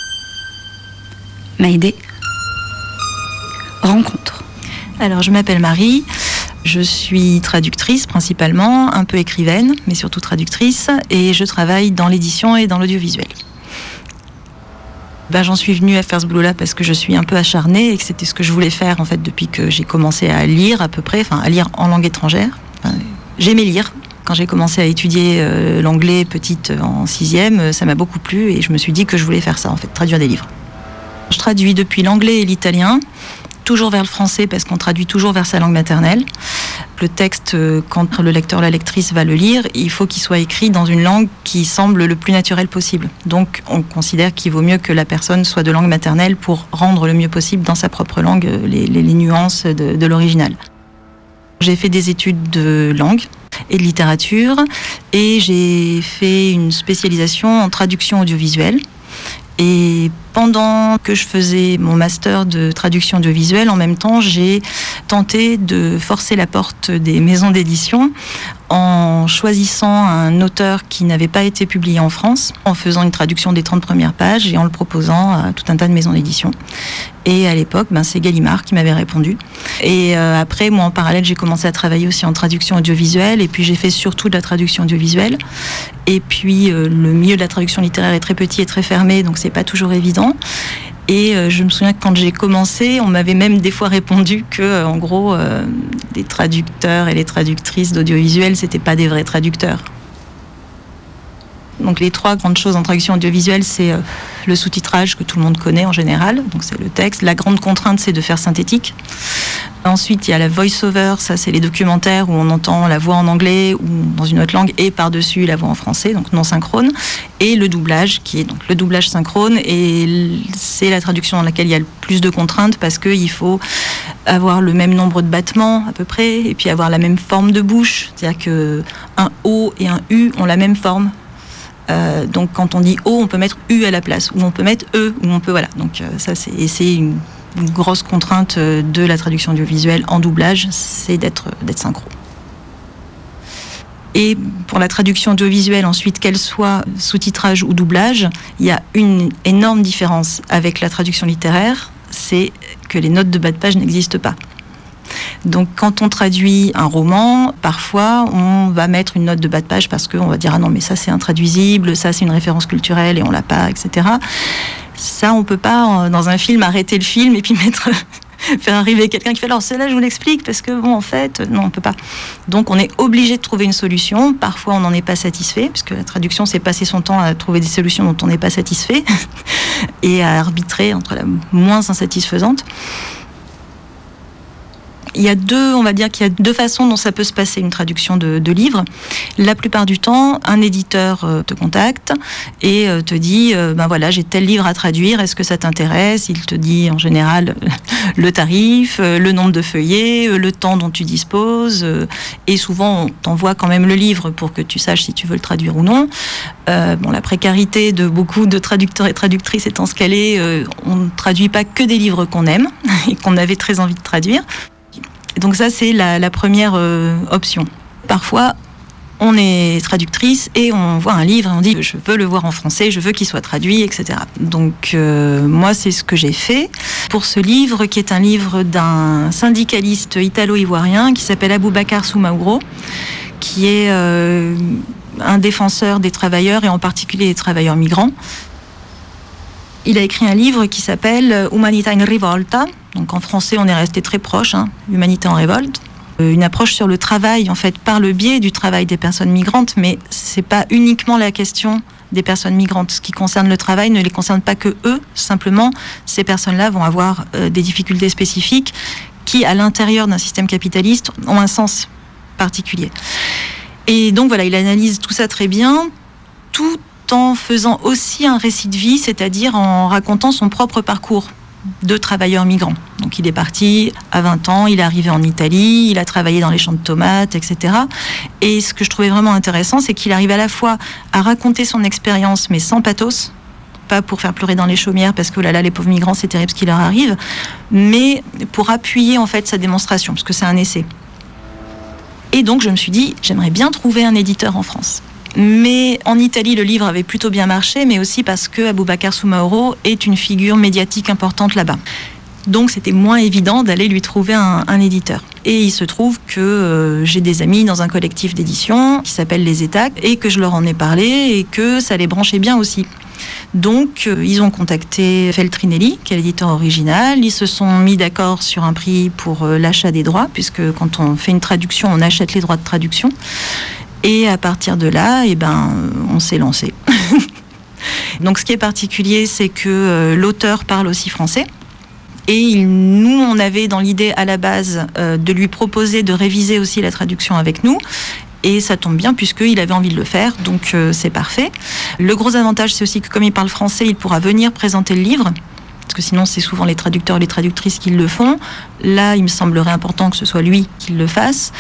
Mayday. Rencontre. Alors, je m'appelle Marie. Je suis traductrice principalement, un peu écrivaine, mais surtout traductrice, et je travaille dans l'édition et dans l'audiovisuel. Ben, j'en suis venue à faire ce boulot-là parce que je suis un peu acharnée et que c'était ce que je voulais faire en fait depuis que j'ai commencé à lire à peu près, enfin à lire en langue étrangère. Enfin, j'aimais lire. Quand j'ai commencé à étudier euh, l'anglais petite en sixième, ça m'a beaucoup plu et je me suis dit que je voulais faire ça en fait, traduire des livres. Je traduis depuis l'anglais et l'italien. Toujours vers le français parce qu'on traduit toujours vers sa langue maternelle. Le texte, quand le lecteur, la lectrice va le lire, il faut qu'il soit écrit dans une langue qui semble le plus naturelle possible. Donc on considère qu'il vaut mieux que la personne soit de langue maternelle pour rendre le mieux possible dans sa propre langue les, les, les nuances de, de l'original. J'ai fait des études de langue et de littérature et j'ai fait une spécialisation en traduction audiovisuelle. Et pendant que je faisais mon master de traduction audiovisuelle, en même temps, j'ai tenté de forcer la porte des maisons d'édition en choisissant un auteur qui n'avait pas été publié en France, en faisant une traduction des trente premières pages et en le proposant à tout un tas de maisons d'édition. Et à l'époque, ben, c'est Gallimard qui m'avait répondu. Et euh, après, moi, en parallèle, j'ai commencé à travailler aussi en traduction audiovisuelle. Et puis, j'ai fait surtout de la traduction audiovisuelle. Et puis, euh, le milieu de la traduction littéraire est très petit et très fermé, donc c'est pas toujours évident. Et euh, je me souviens que quand j'ai commencé, on m'avait même des fois répondu que, euh, en gros, euh, les traducteurs et les traductrices d'audiovisuel, c'était pas des vrais traducteurs. Donc les trois grandes choses en traduction audiovisuelle, c'est euh, le sous-titrage que tout le monde connaît en général, donc c'est le texte. La grande contrainte, c'est de faire synthétique. Ensuite, il y a la voice-over, ça c'est les documentaires où on entend la voix en anglais ou dans une autre langue et par-dessus la voix en français, donc non synchrone. Et le doublage, qui est donc le doublage synchrone, et c'est la traduction dans laquelle il y a le plus de contraintes parce qu'il faut avoir le même nombre de battements à peu près, et puis avoir la même forme de bouche, c'est-à-dire qu'un O et un U ont la même forme. Euh, donc quand on dit O, on peut mettre U à la place, ou on peut mettre E, ou on peut voilà. Donc euh, ça c'est et c'est une, une grosse contrainte de la traduction audiovisuelle en doublage, c'est d'être d'être synchro. Et pour la traduction audiovisuelle ensuite, qu'elle soit sous-titrage ou doublage, il y a une énorme différence avec la traduction littéraire, c'est que les notes de bas de page n'existent pas. Donc quand on traduit un roman, parfois on va mettre une note de bas de page parce qu'on va dire ah non mais ça c'est intraduisible, ça c'est une référence culturelle et on l'a pas, et cetera. Ça on peut pas dans un film arrêter le film et puis mettre faire arriver quelqu'un qui fait alors celle-là je vous l'explique parce que bon en fait non on peut pas. Donc on est obligé de trouver une solution. Parfois on n'en est pas satisfait puisque la traduction c'est passer son temps à trouver des solutions dont on n'est pas satisfait et à arbitrer entre la moins insatisfaisante. Il y a deux, on va dire qu'il y a deux façons dont ça peut se passer une traduction de, de livre. La plupart du temps, un éditeur te contacte et te dit, ben voilà, j'ai tel livre à traduire, est-ce que ça t'intéresse? Il te dit en général le tarif, le nombre de feuillets, le temps dont tu disposes, et souvent on t'envoie quand même le livre pour que tu saches si tu veux le traduire ou non. Euh, bon, la précarité de beaucoup de traducteurs et traductrices étant ce qu'elle est, euh, on ne traduit pas que des livres qu'on aime et qu'on avait très envie de traduire. Donc ça, c'est la, la première euh, option. Parfois, on est traductrice et on voit un livre et on dit « je veux le voir en français, je veux qu'il soit traduit, et cetera » Donc euh, moi, c'est ce que j'ai fait pour ce livre, qui est un livre d'un syndicaliste italo-ivoirien qui s'appelle Aboubacar Soumaoro, qui est euh, un défenseur des travailleurs et en particulier des travailleurs migrants. Il a écrit un livre qui s'appelle Umanità in rivolta. Donc en français, on est resté très proche, hein, Humanité en révolte. Euh, une approche sur le travail, en fait, par le biais du travail des personnes migrantes, mais c'est pas uniquement la question des personnes migrantes. Ce qui concerne le travail ne les concerne pas que eux. Simplement, ces personnes-là vont avoir euh, des difficultés spécifiques qui, à l'intérieur d'un système capitaliste, ont un sens particulier. Et donc voilà, il analyse tout ça très bien, tout en faisant aussi un récit de vie, c'est-à-dire en racontant son propre parcours. de travailleurs migrants. Donc il est parti à vingt ans, il est arrivé en Italie, il a travaillé dans les champs de tomates, et cetera. Et ce que je trouvais vraiment intéressant, c'est qu'il arrive à la fois à raconter son expérience, mais sans pathos, pas pour faire pleurer dans les chaumières, parce que oh là là, les pauvres migrants, c'est terrible ce qui leur arrive, mais pour appuyer en fait sa démonstration, parce que c'est un essai. Et donc je me suis dit, j'aimerais bien trouver un éditeur en France. Mais en Italie, le livre avait plutôt bien marché, mais aussi parce que Aboubacar Soumaoro est une figure médiatique importante là-bas. Donc c'était moins évident d'aller lui trouver un, un éditeur. Et il se trouve que euh, j'ai des amis dans un collectif d'édition qui s'appelle Les Étacs, et que je leur en ai parlé et que ça les branchait bien aussi. Donc euh, ils ont contacté Feltrinelli, qui est l'éditeur original. Ils se sont mis d'accord sur un prix pour euh, l'achat des droits, puisque quand on fait une traduction, on achète les droits de traduction. Et à partir de là, eh ben, on s'est lancé. Donc ce qui est particulier, c'est que euh, l'auteur parle aussi français. Et il, nous, on avait dans l'idée à la base euh, de lui proposer de réviser aussi la traduction avec nous. Et ça tombe bien puisqu'il avait envie de le faire, donc euh, c'est parfait. Le gros avantage, c'est aussi que comme il parle français, il pourra venir présenter le livre. Parce que sinon, c'est souvent les traducteurs et les traductrices qui le font. Là, il me semblerait important que ce soit lui qui le fasse.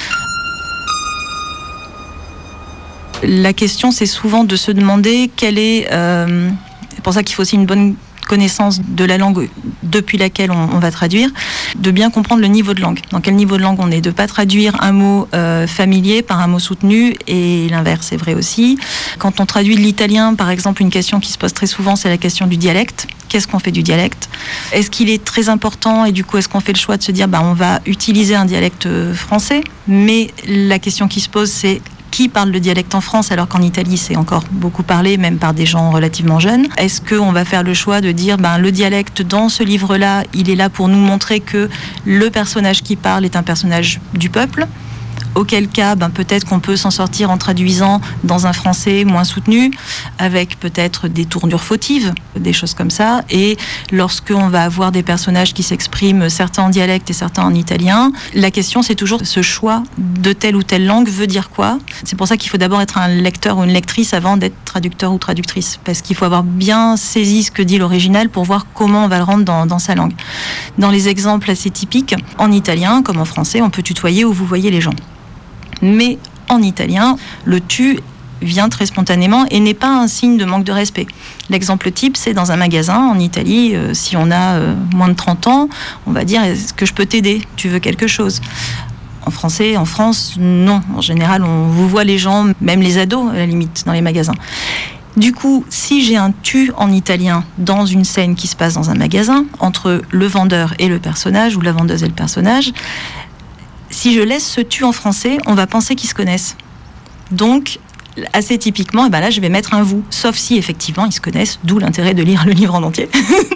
La question, c'est souvent de se demander quelle est... Euh, c'est pour ça qu'il faut aussi une bonne connaissance de la langue depuis laquelle on, on va traduire, de bien comprendre le niveau de langue. Dans quel niveau de langue on est, de ne pas traduire un mot euh, familier par un mot soutenu, et l'inverse est vrai aussi. Quand on traduit de l'italien, par exemple, une question qui se pose très souvent, c'est la question du dialecte. Qu'est-ce qu'on fait du dialecte ? Est-ce qu'il est très important, et du coup, est-ce qu'on fait le choix de se dire bah, on va utiliser un dialecte français ? Mais la question qui se pose, c'est qui parle le dialecte en France, alors qu'en Italie, c'est encore beaucoup parlé, même par des gens relativement jeunes. Est-ce qu'on va faire le choix de dire, ben, le dialecte, dans ce livre-là, il est là pour nous montrer que le personnage qui parle est un personnage du peuple ? Auquel cas, ben, peut-être qu'on peut s'en sortir en traduisant dans un français moins soutenu, avec peut-être des tournures fautives, des choses comme ça. Et lorsqu'on va avoir des personnages qui s'expriment, certains en dialecte et certains en italien, la question, c'est toujours ce choix de telle ou telle langue veut dire quoi. C'est pour ça qu'il faut d'abord être un lecteur ou une lectrice avant d'être traducteur ou traductrice, parce qu'il faut avoir bien saisi ce que dit l'original pour voir comment on va le rendre dans, dans sa langue. Dans les exemples assez typiques, en italien comme en français, on peut tutoyer ou vous voyez les gens. Mais en italien, le tu vient très spontanément et n'est pas un signe de manque de respect. L'exemple type, c'est dans un magasin en Italie, euh, si on a euh, moins de trente ans, on va dire « Est-ce que je peux t'aider ? Tu veux quelque chose ?» En français, en France, non. En général, on vous voit les gens, même les ados à la limite, dans les magasins. Du coup, si j'ai un tu en italien dans une scène qui se passe dans un magasin, entre le vendeur et le personnage, ou la vendeuse et le personnage, si je laisse ce tu en français, on va penser qu'ils se connaissent. Donc, assez typiquement, eh ben là, je vais mettre un vous. Sauf si, effectivement, ils se connaissent, d'où l'intérêt de lire le livre en entier.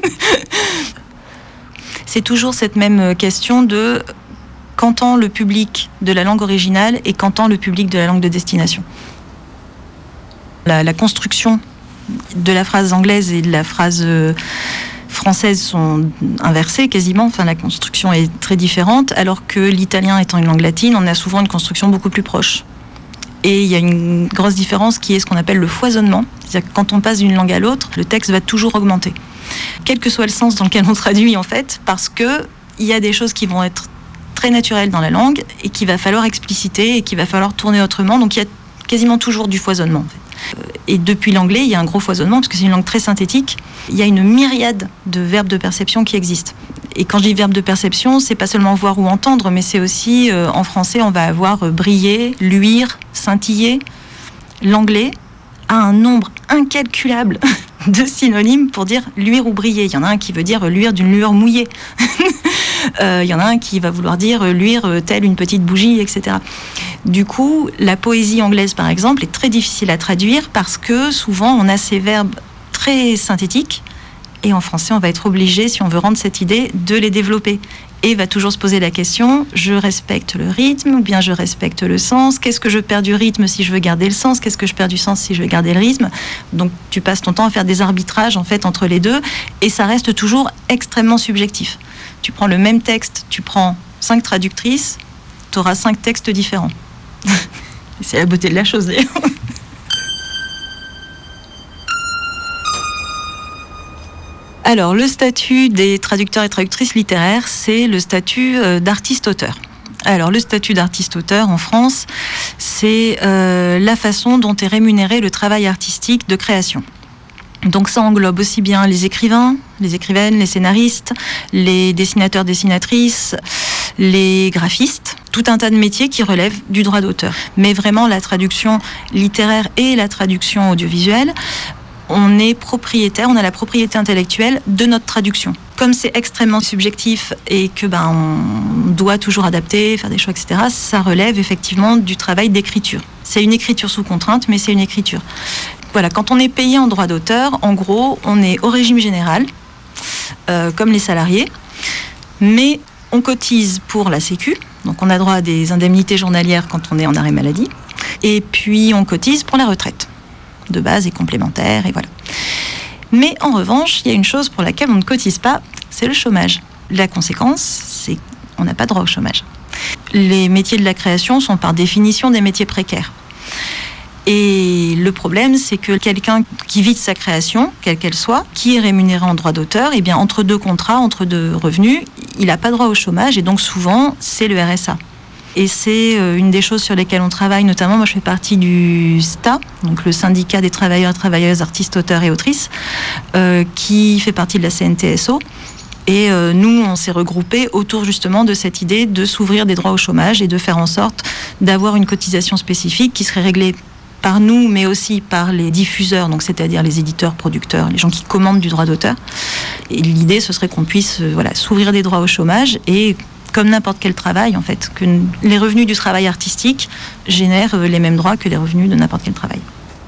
C'est toujours cette même question de qu'entend le public de la langue originale et qu'entend le public de la langue de destination. La, la construction de la phrase anglaise et de la phrase... Euh, françaises sont inversées quasiment, enfin la construction est très différente, alors que l'italien étant une langue latine, on a souvent une construction beaucoup plus proche. Et il y a une grosse différence qui est ce qu'on appelle le foisonnement, c'est-à-dire que quand on passe d'une langue à l'autre, le texte va toujours augmenter. Quel que soit le sens dans lequel on traduit en fait, parce que il y a des choses qui vont être très naturelles dans la langue et qu'il va falloir expliciter et qu'il va falloir tourner autrement, donc il y a quasiment toujours du foisonnement en fait. Et depuis l'anglais, il y a un gros foisonnement, parce que c'est une langue très synthétique. Il y a une myriade de verbes de perception qui existent. Et quand je dis verbes de perception, c'est pas seulement voir ou entendre, mais c'est aussi, euh, en français, on va avoir euh, briller, luire, scintiller. L'anglais a un nombre incalculable de synonymes pour dire luire ou briller. Il y en a un qui veut dire luire d'une lueur mouillée. Euh, il y en a un qui va vouloir dire luire telle une petite bougie, et cetera. Du coup, la poésie anglaise, par exemple, est très difficile à traduire parce que souvent, on a ces verbes très synthétiques et en français, on va être obligé, si on veut rendre cette idée, de les développer. Et va toujours se poser la question, je respecte le rythme ou bien je respecte le sens. Qu'est-ce que je perds du rythme si je veux garder le sens ? Qu'est-ce que je perds du sens si je veux garder le rythme ? Donc, tu passes ton temps à faire des arbitrages, en fait, entre les deux et ça reste toujours extrêmement subjectif. Tu prends le même texte, tu prends cinq traductrices, tu auras cinq textes différents. C'est la beauté de la chose, d'ailleurs. Alors, le statut des traducteurs et traductrices littéraires, c'est le statut euh, d'artiste-auteur. Alors, le statut d'artiste-auteur en France, c'est euh, la façon dont est rémunéré le travail artistique de création. Donc ça englobe aussi bien les écrivains, les écrivaines, les scénaristes, les dessinateurs, dessinatrices, les graphistes, tout un tas de métiers qui relèvent du droit d'auteur. Mais vraiment, la traduction littéraire et la traduction audiovisuelle, on est propriétaire, on a la propriété intellectuelle de notre traduction. Comme c'est extrêmement subjectif et que ben on doit toujours adapter, faire des choix, et cetera, ça relève effectivement du travail d'écriture. C'est une écriture sous contrainte, mais c'est une écriture. Voilà, quand on est payé en droit d'auteur, en gros, on est au régime général, euh, comme les salariés, mais on cotise pour la Sécu, donc on a droit à des indemnités journalières quand on est en arrêt maladie, et puis on cotise pour la retraite, de base et complémentaire, et voilà. Mais en revanche, il y a une chose pour laquelle on ne cotise pas, c'est le chômage. La conséquence, c'est qu'on n'a pas droit au chômage. Les métiers de la création sont par définition des métiers précaires. Et le problème, c'est que quelqu'un qui vit de sa création, quelle qu'elle soit, qui est rémunéré en droit d'auteur, eh bien, entre deux contrats, entre deux revenus, il n'a pas droit au chômage, et donc souvent, c'est le R S A. Et c'est une des choses sur lesquelles on travaille, notamment, moi je fais partie du S T A, donc le syndicat des travailleurs et travailleuses, artistes, auteurs et autrices, euh, qui fait partie de la C N T S O. Et euh, nous, on s'est regroupés autour justement de cette idée de s'ouvrir des droits au chômage et de faire en sorte d'avoir une cotisation spécifique qui serait réglée par nous, mais aussi par les diffuseurs, donc c'est-à-dire les éditeurs, producteurs, les gens qui commandent du droit d'auteur. Et l'idée, ce serait qu'on puisse euh, voilà, s'ouvrir des droits au chômage et, comme n'importe quel travail, en fait, que les revenus du travail artistique génèrent les mêmes droits que les revenus de n'importe quel travail.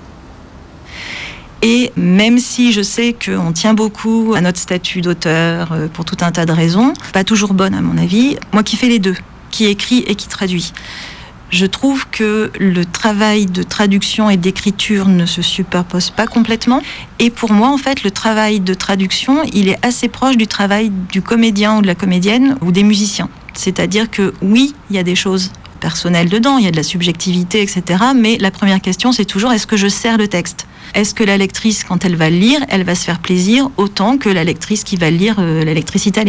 Et même si je sais qu'on tient beaucoup à notre statut d'auteur euh, pour tout un tas de raisons, pas toujours bonne à mon avis, moi qui fais les deux, qui écrit et qui traduit, je trouve que le travail de traduction et d'écriture ne se superpose pas complètement. Et pour moi, en fait, le travail de traduction, il est assez proche du travail du comédien ou de la comédienne ou des musiciens. C'est-à-dire que oui, il y a des choses personnelles dedans, il y a de la subjectivité, et cetera. Mais la première question, c'est toujours, est-ce que je sers le texte ? Est-ce que la lectrice, quand elle va le lire, elle va se faire plaisir autant que la lectrice qui va lire euh, la lectrice italienne ?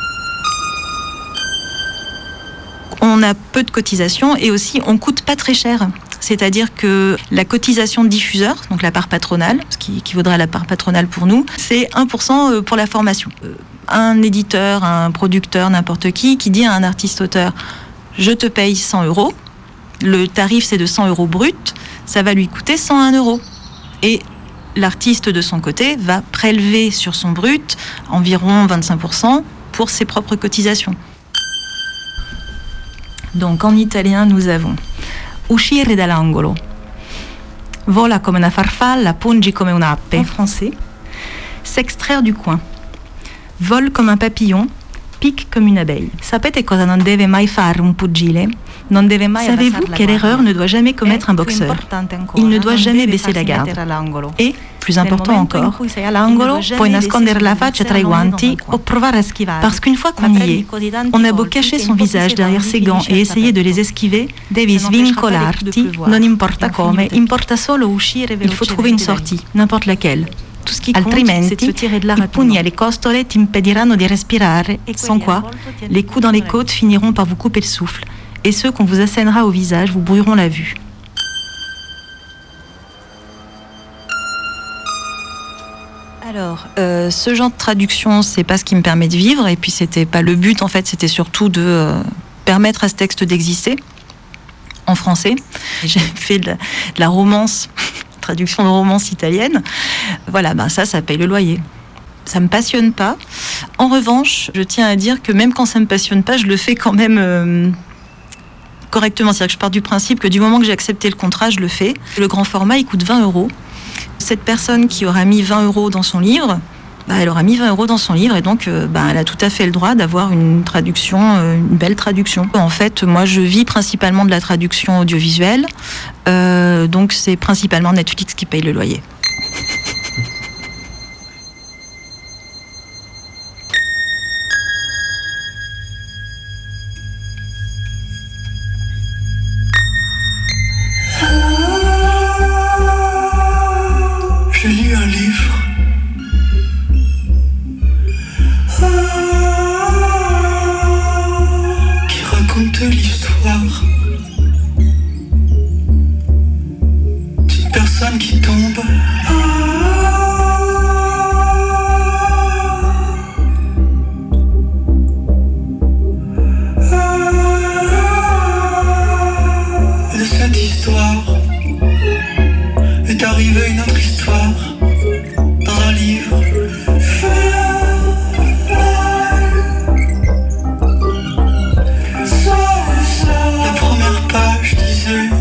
On a peu de cotisations et aussi on coûte pas très cher. C'est-à-dire que la cotisation de diffuseur, donc la part patronale, ce qui équivaudrait à la part patronale pour nous, c'est un pour cent pour la formation. Un éditeur, un producteur, n'importe qui, qui dit à un artiste-auteur « je te paye cent euros », le tarif c'est de cent euros brut, ça va lui coûter cent un euros. Et l'artiste de son côté va prélever sur son brut environ vingt-cinq pour cent pour ses propres cotisations. Donc en italien, nous avons uscire dall'angolo, vola come una farfalla, pungi come un'ape. En français, s'extraire du coin, vole comme un papillon, pique comme une abeille. Sapete cosa non deve mai fare un pugile? Non deve mai. Savez-vous quelle erreur ne doit jamais commettre un boxeur? Il ne doit jamais baisser la garde. Et, plus important encore, puoi nascondere la faccia tra i guanti o provare a schivare. Parce qu'une fois qu'on y est, on a beau cacher son visage derrière ses gants et essayer de les esquiver, devi svincolarti, non importa come, importa solo uscire. Il faut trouver une sortie, n'importe laquelle. Tout ce qui compte, c'est de se tirer de là. I pugni alle costole ti impediranno di respirare, sans quoi, les coups dans les côtes finiront par vous couper le souffle. Et ceux qu'on vous assènera au visage vous brouilleront la vue. Alors, euh, ce genre de traduction, c'est pas ce qui me permet de vivre, et puis c'était pas le but, en fait, c'était surtout de euh, permettre à ce texte d'exister en français. J'ai fait de la, de la romance, traduction de romance italienne. Voilà, ben ça, ça paye le loyer. Ça me passionne pas. En revanche, je tiens à dire que même quand ça me passionne pas, je le fais quand même euh, correctement. C'est-à-dire que je pars du principe que du moment que j'ai accepté le contrat, je le fais. Le grand format, il coûte vingt euros. Cette personne qui aura mis vingt euros dans son livre, bah, elle aura mis vingt euros dans son livre et donc euh, bah, elle a tout à fait le droit d'avoir une traduction, euh, une belle traduction. En fait, moi, je vis principalement de la traduction audiovisuelle, euh, donc c'est principalement Netflix qui paye le loyer. J'ai lu un livre soir est arrivée une autre histoire dans un livre. La première page disait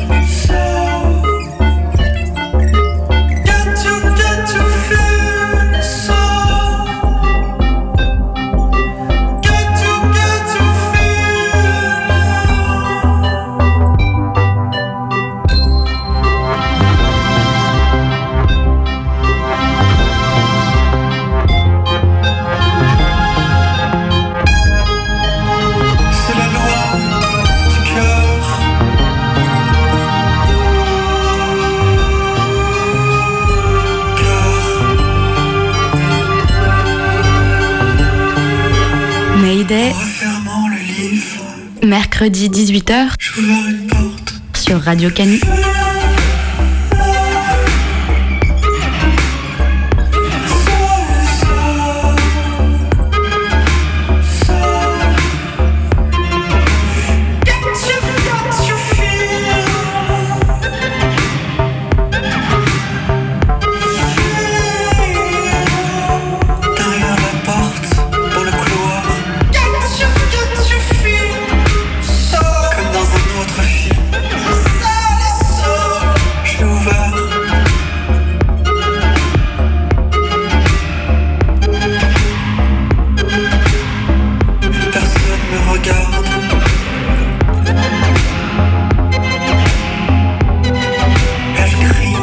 Get you, get you feel so. Get you, get you C'est la loi du cœur. Mayday, Refermant le livre, mercredi dix-huit heures j'ai ouvert une porte. sur Radio Canu. Derrière la porte, dans le couloir, comme dans un autre film. J'ai ouvert. Personne me regarde. Elle crie.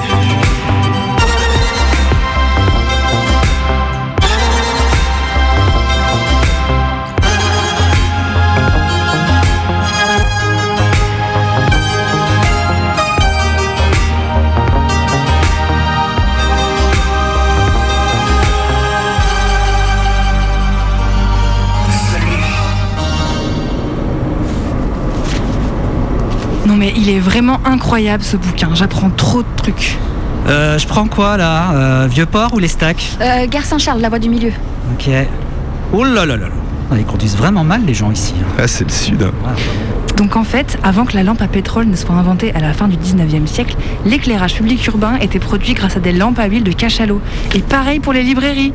Non mais il est vraiment incroyable ce bouquin, j'apprends trop de trucs. Euh, je prends quoi là euh, Vieux-Port ou les Stacks? Euh, Gare Saint-Charles, la voie du milieu. Ok. Oh là là là là. Ah, ils conduisent vraiment mal les gens ici. Ah, c'est le sud. Donc en fait, avant que la lampe à pétrole ne soit inventée à la fin du dix-neuvième siècle, l'éclairage public urbain était produit grâce à des lampes à huile de cachalot. Et pareil pour les librairies.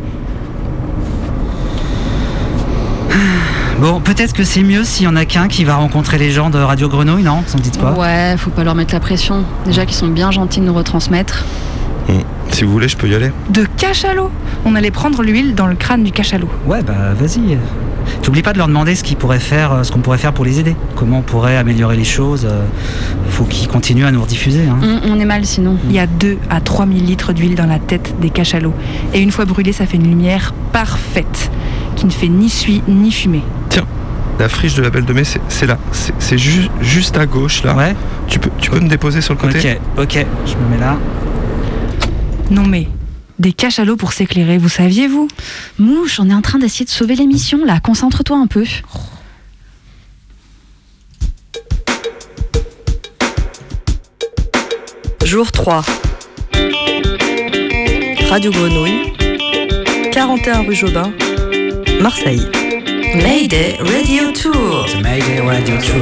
Bon, peut-être que c'est mieux s'il y en a qu'un qui va rencontrer les gens de Radio Grenouille, non? Vous en dites pas? Ouais, faut pas leur mettre la pression. Déjà qu'ils sont bien gentils de nous retransmettre. Mmh. Si vous voulez, je peux y aller. De cachalot. On allait prendre l'huile dans le crâne du cachalot. Ouais, bah vas-y. T'oublies pas de leur demander ce qu'ils pourraient faire, ce qu'on pourrait faire pour les aider. Comment on pourrait améliorer les choses. Faut qu'ils continuent à nous rediffuser. Hein. On, on est mal sinon. Il y a deux à trois mille litres d'huile dans la tête des cachalots. Et une fois brûlée, ça fait une lumière parfaite, qui ne fait ni suie ni fumée. Tiens, la friche de la Belle de Mai, c'est, c'est là. C'est, c'est ju- juste à gauche, là. Ouais. Tu peux, tu peux me déposer sur le côté? Ok, ok, je me mets là. Non mais, des cachalots pour s'éclairer, vous saviez vous? Mouche, on est en train d'essayer de sauver l'émission là, concentre-toi un peu. Jour trois. Radio Grenouille, quarante et un rue Jobin, Marseille. Mayday Radio Tour. The Mayday Radio Tour.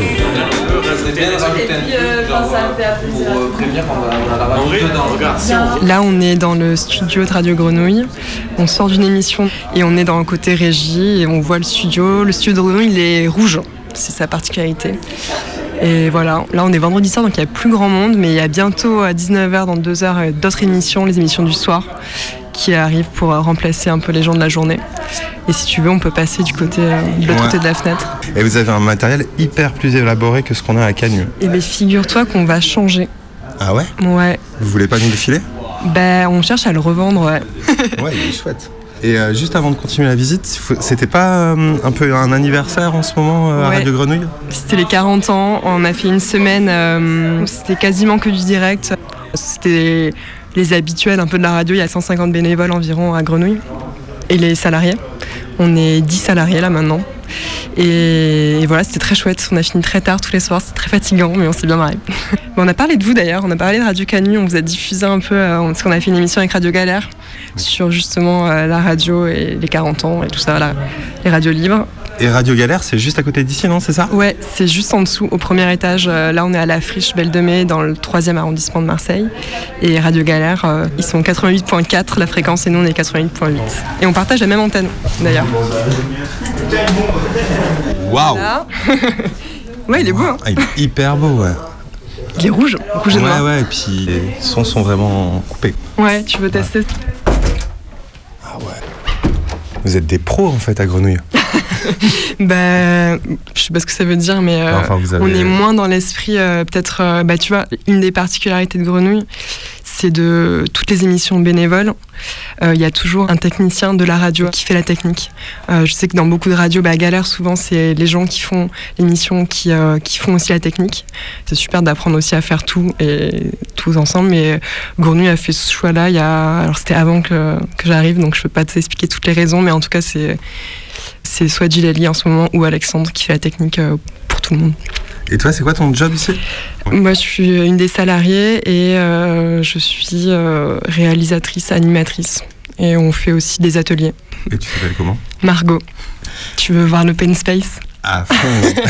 Là, on est dans le studio de Radio Grenouille. On sort d'une émission et on est dans le côté régie et on voit le studio. Le studio de Grenouille, il est rouge. C'est sa particularité. Et voilà, là on est vendredi soir, donc il y a plus grand monde, mais il y a bientôt à dix-neuf heures, dans deux heures, d'autres émissions, les émissions du soir, qui arrivent pour remplacer un peu les gens de la journée. Et si tu veux, on peut passer du côté, de l'autre ouais. côté de la fenêtre. Et vous avez un matériel hyper plus élaboré que ce qu'on a à Cagnes. Et bien figure-toi qu'on va changer. Ah ouais? Ouais. Vous voulez pas nous le filer? Ben on cherche à le revendre, ouais. Ouais, il est chouette. Et euh, juste avant de continuer la visite, c'était pas euh, un peu un anniversaire en ce moment euh, ouais. à Radio Grenouille? C'était les quarante ans, on a fait une semaine euh, où c'était quasiment que du direct. C'était les habituels un peu de la radio, il y a cent cinquante bénévoles environ à Grenouille. Et les salariés, on est dix salariés là maintenant. Et, et voilà, c'était très chouette, on a fini très tard tous les soirs, c'était très fatigant, mais on s'est bien marré. Bon, on a parlé de vous d'ailleurs, on a parlé de Radio Canu, on vous a diffusé un peu, euh, parce qu'on a fait une émission avec Radio Galère sur justement euh, la radio et les quarante ans et tout ça, la, les radios libres. Et Radio Galère, c'est juste à côté d'ici, non, c'est ça ? Ouais, c'est juste en dessous, au premier étage. Euh, là, on est à la Friche Belle de Mai, dans le troisième arrondissement de Marseille. Et Radio Galère, euh, ils sont quatre-vingt-huit virgule quatre la fréquence, et nous, on est quatre-vingt-huit virgule huit. Et on partage la même antenne, d'ailleurs. Waouh. Ouais, il est beau. Hein. Ah, il est hyper beau, ouais. Il est rouge, rouge et ouais, noir. Ouais, ouais, et puis les sons sont vraiment coupés. Ouais, tu veux tester ? Ah ouais. Vous êtes des pros, en fait, à Grenouille. Bah, je sais pas ce que ça veut dire, mais euh, enfin, vous avez... on est moins dans l'esprit, euh, peut-être, euh, bah, tu vois, une des particularités de Grenouille, c'est de toutes les émissions bénévoles, il euh, y a toujours un technicien de la radio qui fait la technique. Euh, je sais que dans beaucoup de radios, bah, à Galère, souvent, c'est les gens qui font l'émission qui, euh, qui font aussi la technique. C'est super d'apprendre aussi à faire tout, et tous ensemble, mais Grenouille a fait ce choix-là, il y a... alors c'était avant que, que j'arrive, donc je peux pas t'expliquer toutes les raisons, mais en tout cas, c'est... C'est soit Gilali en ce moment ou Alexandre qui fait la technique pour tout le monde. Et toi, c'est quoi ton job ici ? Moi, je suis une des salariées et euh, je suis euh, réalisatrice, animatrice. Et on fait aussi des ateliers. Et tu t'appelles comment ? Margot. Tu veux voir l'open space ? À fond.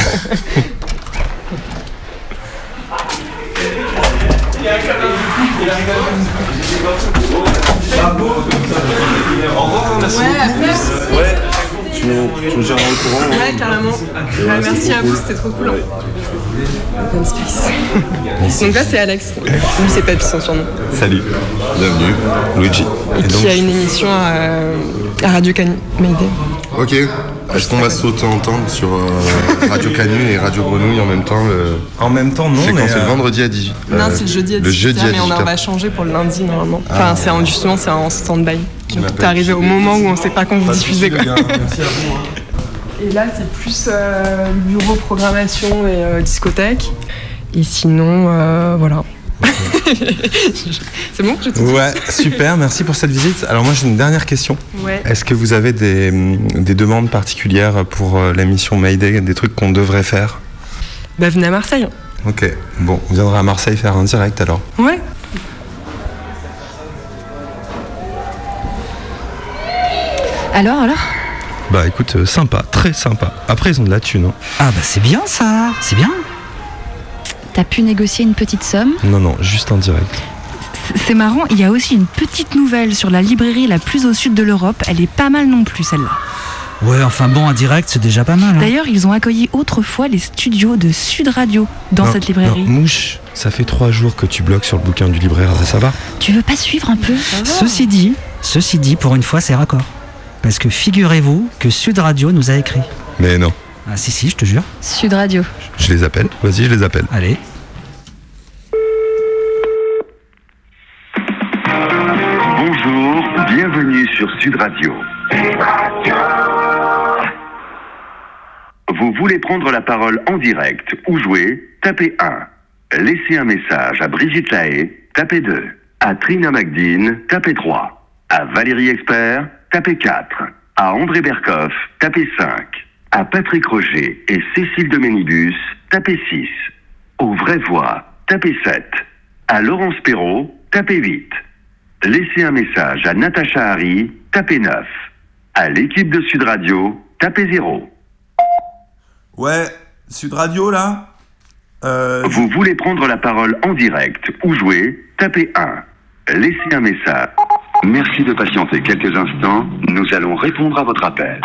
Au revoir, merci. Ouais, à plus. Ouais. Tu nous, tu nous gères au courant. Ouais, carrément. Bah, merci à vous, c'était trop cool. Open space. Donc là, c'est Alex. Lui, c'est Papy, son surnom. Salut. Bienvenue. Luigi. Et, Et qui donc... a une émission à, à Radio Canu. Mayday. Ok. Est-ce qu'on va s'auto-entendre sur euh, Radio Canu et Radio Grenouille en même temps le... En même temps, non. C'est mais quand c'est euh... le vendredi à dix-huit heures. Non, c'est le jeudi à dix-huit heures. Le jeudi à dix-huit heures. Mais on va changer pour le lundi normalement. Enfin, ah, c'est en, justement, c'est en stand-by. Donc t'es arrivé au moment où on sait pas quand vous diffusez, quoi. Merci à vous. Hein. Et là, c'est plus euh, bureau, programmation et euh, discothèque. Et sinon, euh, voilà. C'est bon, j'ai tout dit. Ouais, super, merci pour cette visite. Alors moi j'ai une dernière question. Ouais. Est-ce que vous avez des, des demandes particulières pour l'émission Mayday, des trucs qu'on devrait faire ? Bah venez à Marseille. Ok, bon, on viendra à Marseille faire un direct alors. Ouais. Alors, alors ? Bah écoute, euh, sympa, très sympa. Après ils ont de la thune. Hein. Ah bah c'est bien ça, c'est bien. T'as pu négocier une petite somme ? Non, non, juste en direct. C'est marrant, il y a aussi une petite nouvelle sur la librairie la plus au sud de l'Europe. Elle est pas mal non plus, celle-là. Ouais, enfin bon, en direct, c'est déjà pas mal. Hein. D'ailleurs, ils ont accueilli autrefois les studios de Sud Radio dans non, cette librairie. Non, Mouche, ça fait trois jours que tu bloques sur le bouquin du libraire, ça va ? Tu veux pas suivre un peu ? Ceci dit, ceci dit, pour une fois, c'est raccord. Parce que figurez-vous que Sud Radio nous a écrit. Mais non. Ah si, si, je te jure. Sud Radio. Je les appelle, vas-y, je les appelle. Allez. Bonjour, bienvenue sur Sud Radio. Vous voulez prendre la parole en direct ou jouer ? Tapez un. Laissez un message à Brigitte Lahaye, tapez deux. À Trina Magdine, tapez trois. À Valérie Expert, tapez quatre. À André Berkoff, tapez cinq. À Patrick Roger et Cécile de Ménibus, tapez six. Aux vraies voix, tapez sept. À Laurence Perrault, tapez huit. Laissez un message à Natacha Harry, tapez neuf. À l'équipe de Sud Radio, tapez zéro. Ouais, Sud Radio là euh... Vous voulez prendre la parole en direct ou jouer, tapez un. Laissez un message. Merci de patienter quelques instants, nous allons répondre à votre appel.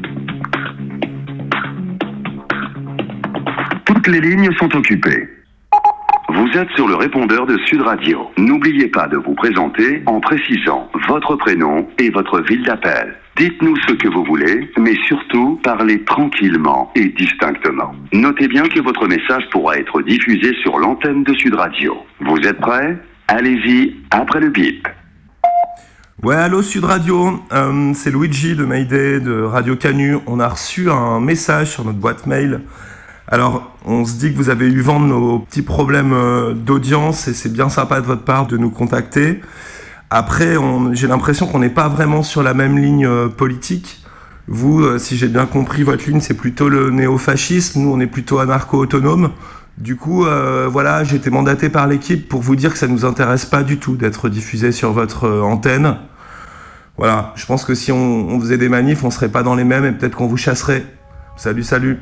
Toutes les lignes sont occupées. Vous êtes sur le répondeur de Sud Radio. N'oubliez pas de vous présenter en précisant votre prénom et votre ville d'appel. Dites-nous ce que vous voulez, mais surtout, parlez tranquillement et distinctement. Notez bien que votre message pourra être diffusé sur l'antenne de Sud Radio. Vous êtes prêts ? Allez-y, après le bip. Ouais, allô Sud Radio, euh, c'est Luigi de Mayday, de Radio Canu. On a reçu un message sur notre boîte mail. Alors, on se dit que vous avez eu vent de nos petits problèmes euh, d'audience et c'est bien sympa de votre part de nous contacter. Après, on, j'ai l'impression qu'on n'est pas vraiment sur la même ligne euh, politique. Vous, euh, si j'ai bien compris, votre ligne, c'est plutôt le néofascisme. Nous, on est plutôt anarcho-autonome. Du coup, euh, voilà, j'ai été mandaté par l'équipe pour vous dire que ça ne nous intéresse pas du tout d'être diffusé sur votre euh, antenne. Voilà, je pense que si on, on faisait des manifs, on serait pas dans les mêmes et peut-être qu'on vous chasserait. Salut, salut.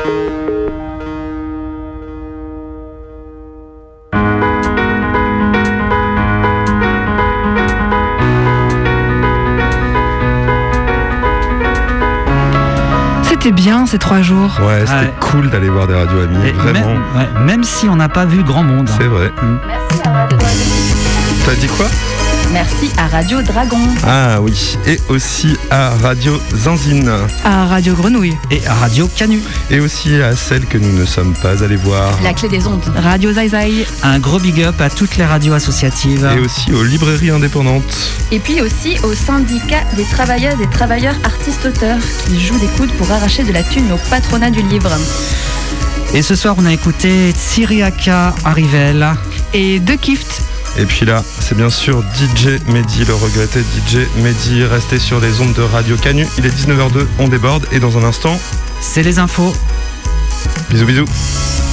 C'était bien ces trois jours. Ouais, c'était Ouais. cool d'aller voir des radios amies, Et vraiment. Même, ouais, même si on n'a pas vu grand monde. C'est vrai. Merci à Radio Dragon. T'as dit quoi? Merci à Radio Dragon. Ah oui, et aussi à Radio Zanzine. À Radio Grenouille. Et à Radio Canu. Et aussi à celle que nous ne sommes pas allés voir. La clé des ondes. Radio Zai Zai. Un gros big up à toutes les radios associatives. Et aussi aux librairies indépendantes. Et puis aussi au syndicat des travailleuses et travailleurs artistes-auteurs qui jouent des coudes pour arracher de la thune au patronat du livre. Et ce soir, on a écouté Tsiriaka Arrivel. Et De Kift. Et puis là, c'est bien sûr D J Mehdi, le regretté D J Mehdi. Restez sur les ondes de Radio Canu. Il est dix-neuf heures deux, on déborde. Et dans un instant, c'est les infos. Bisous, bisous.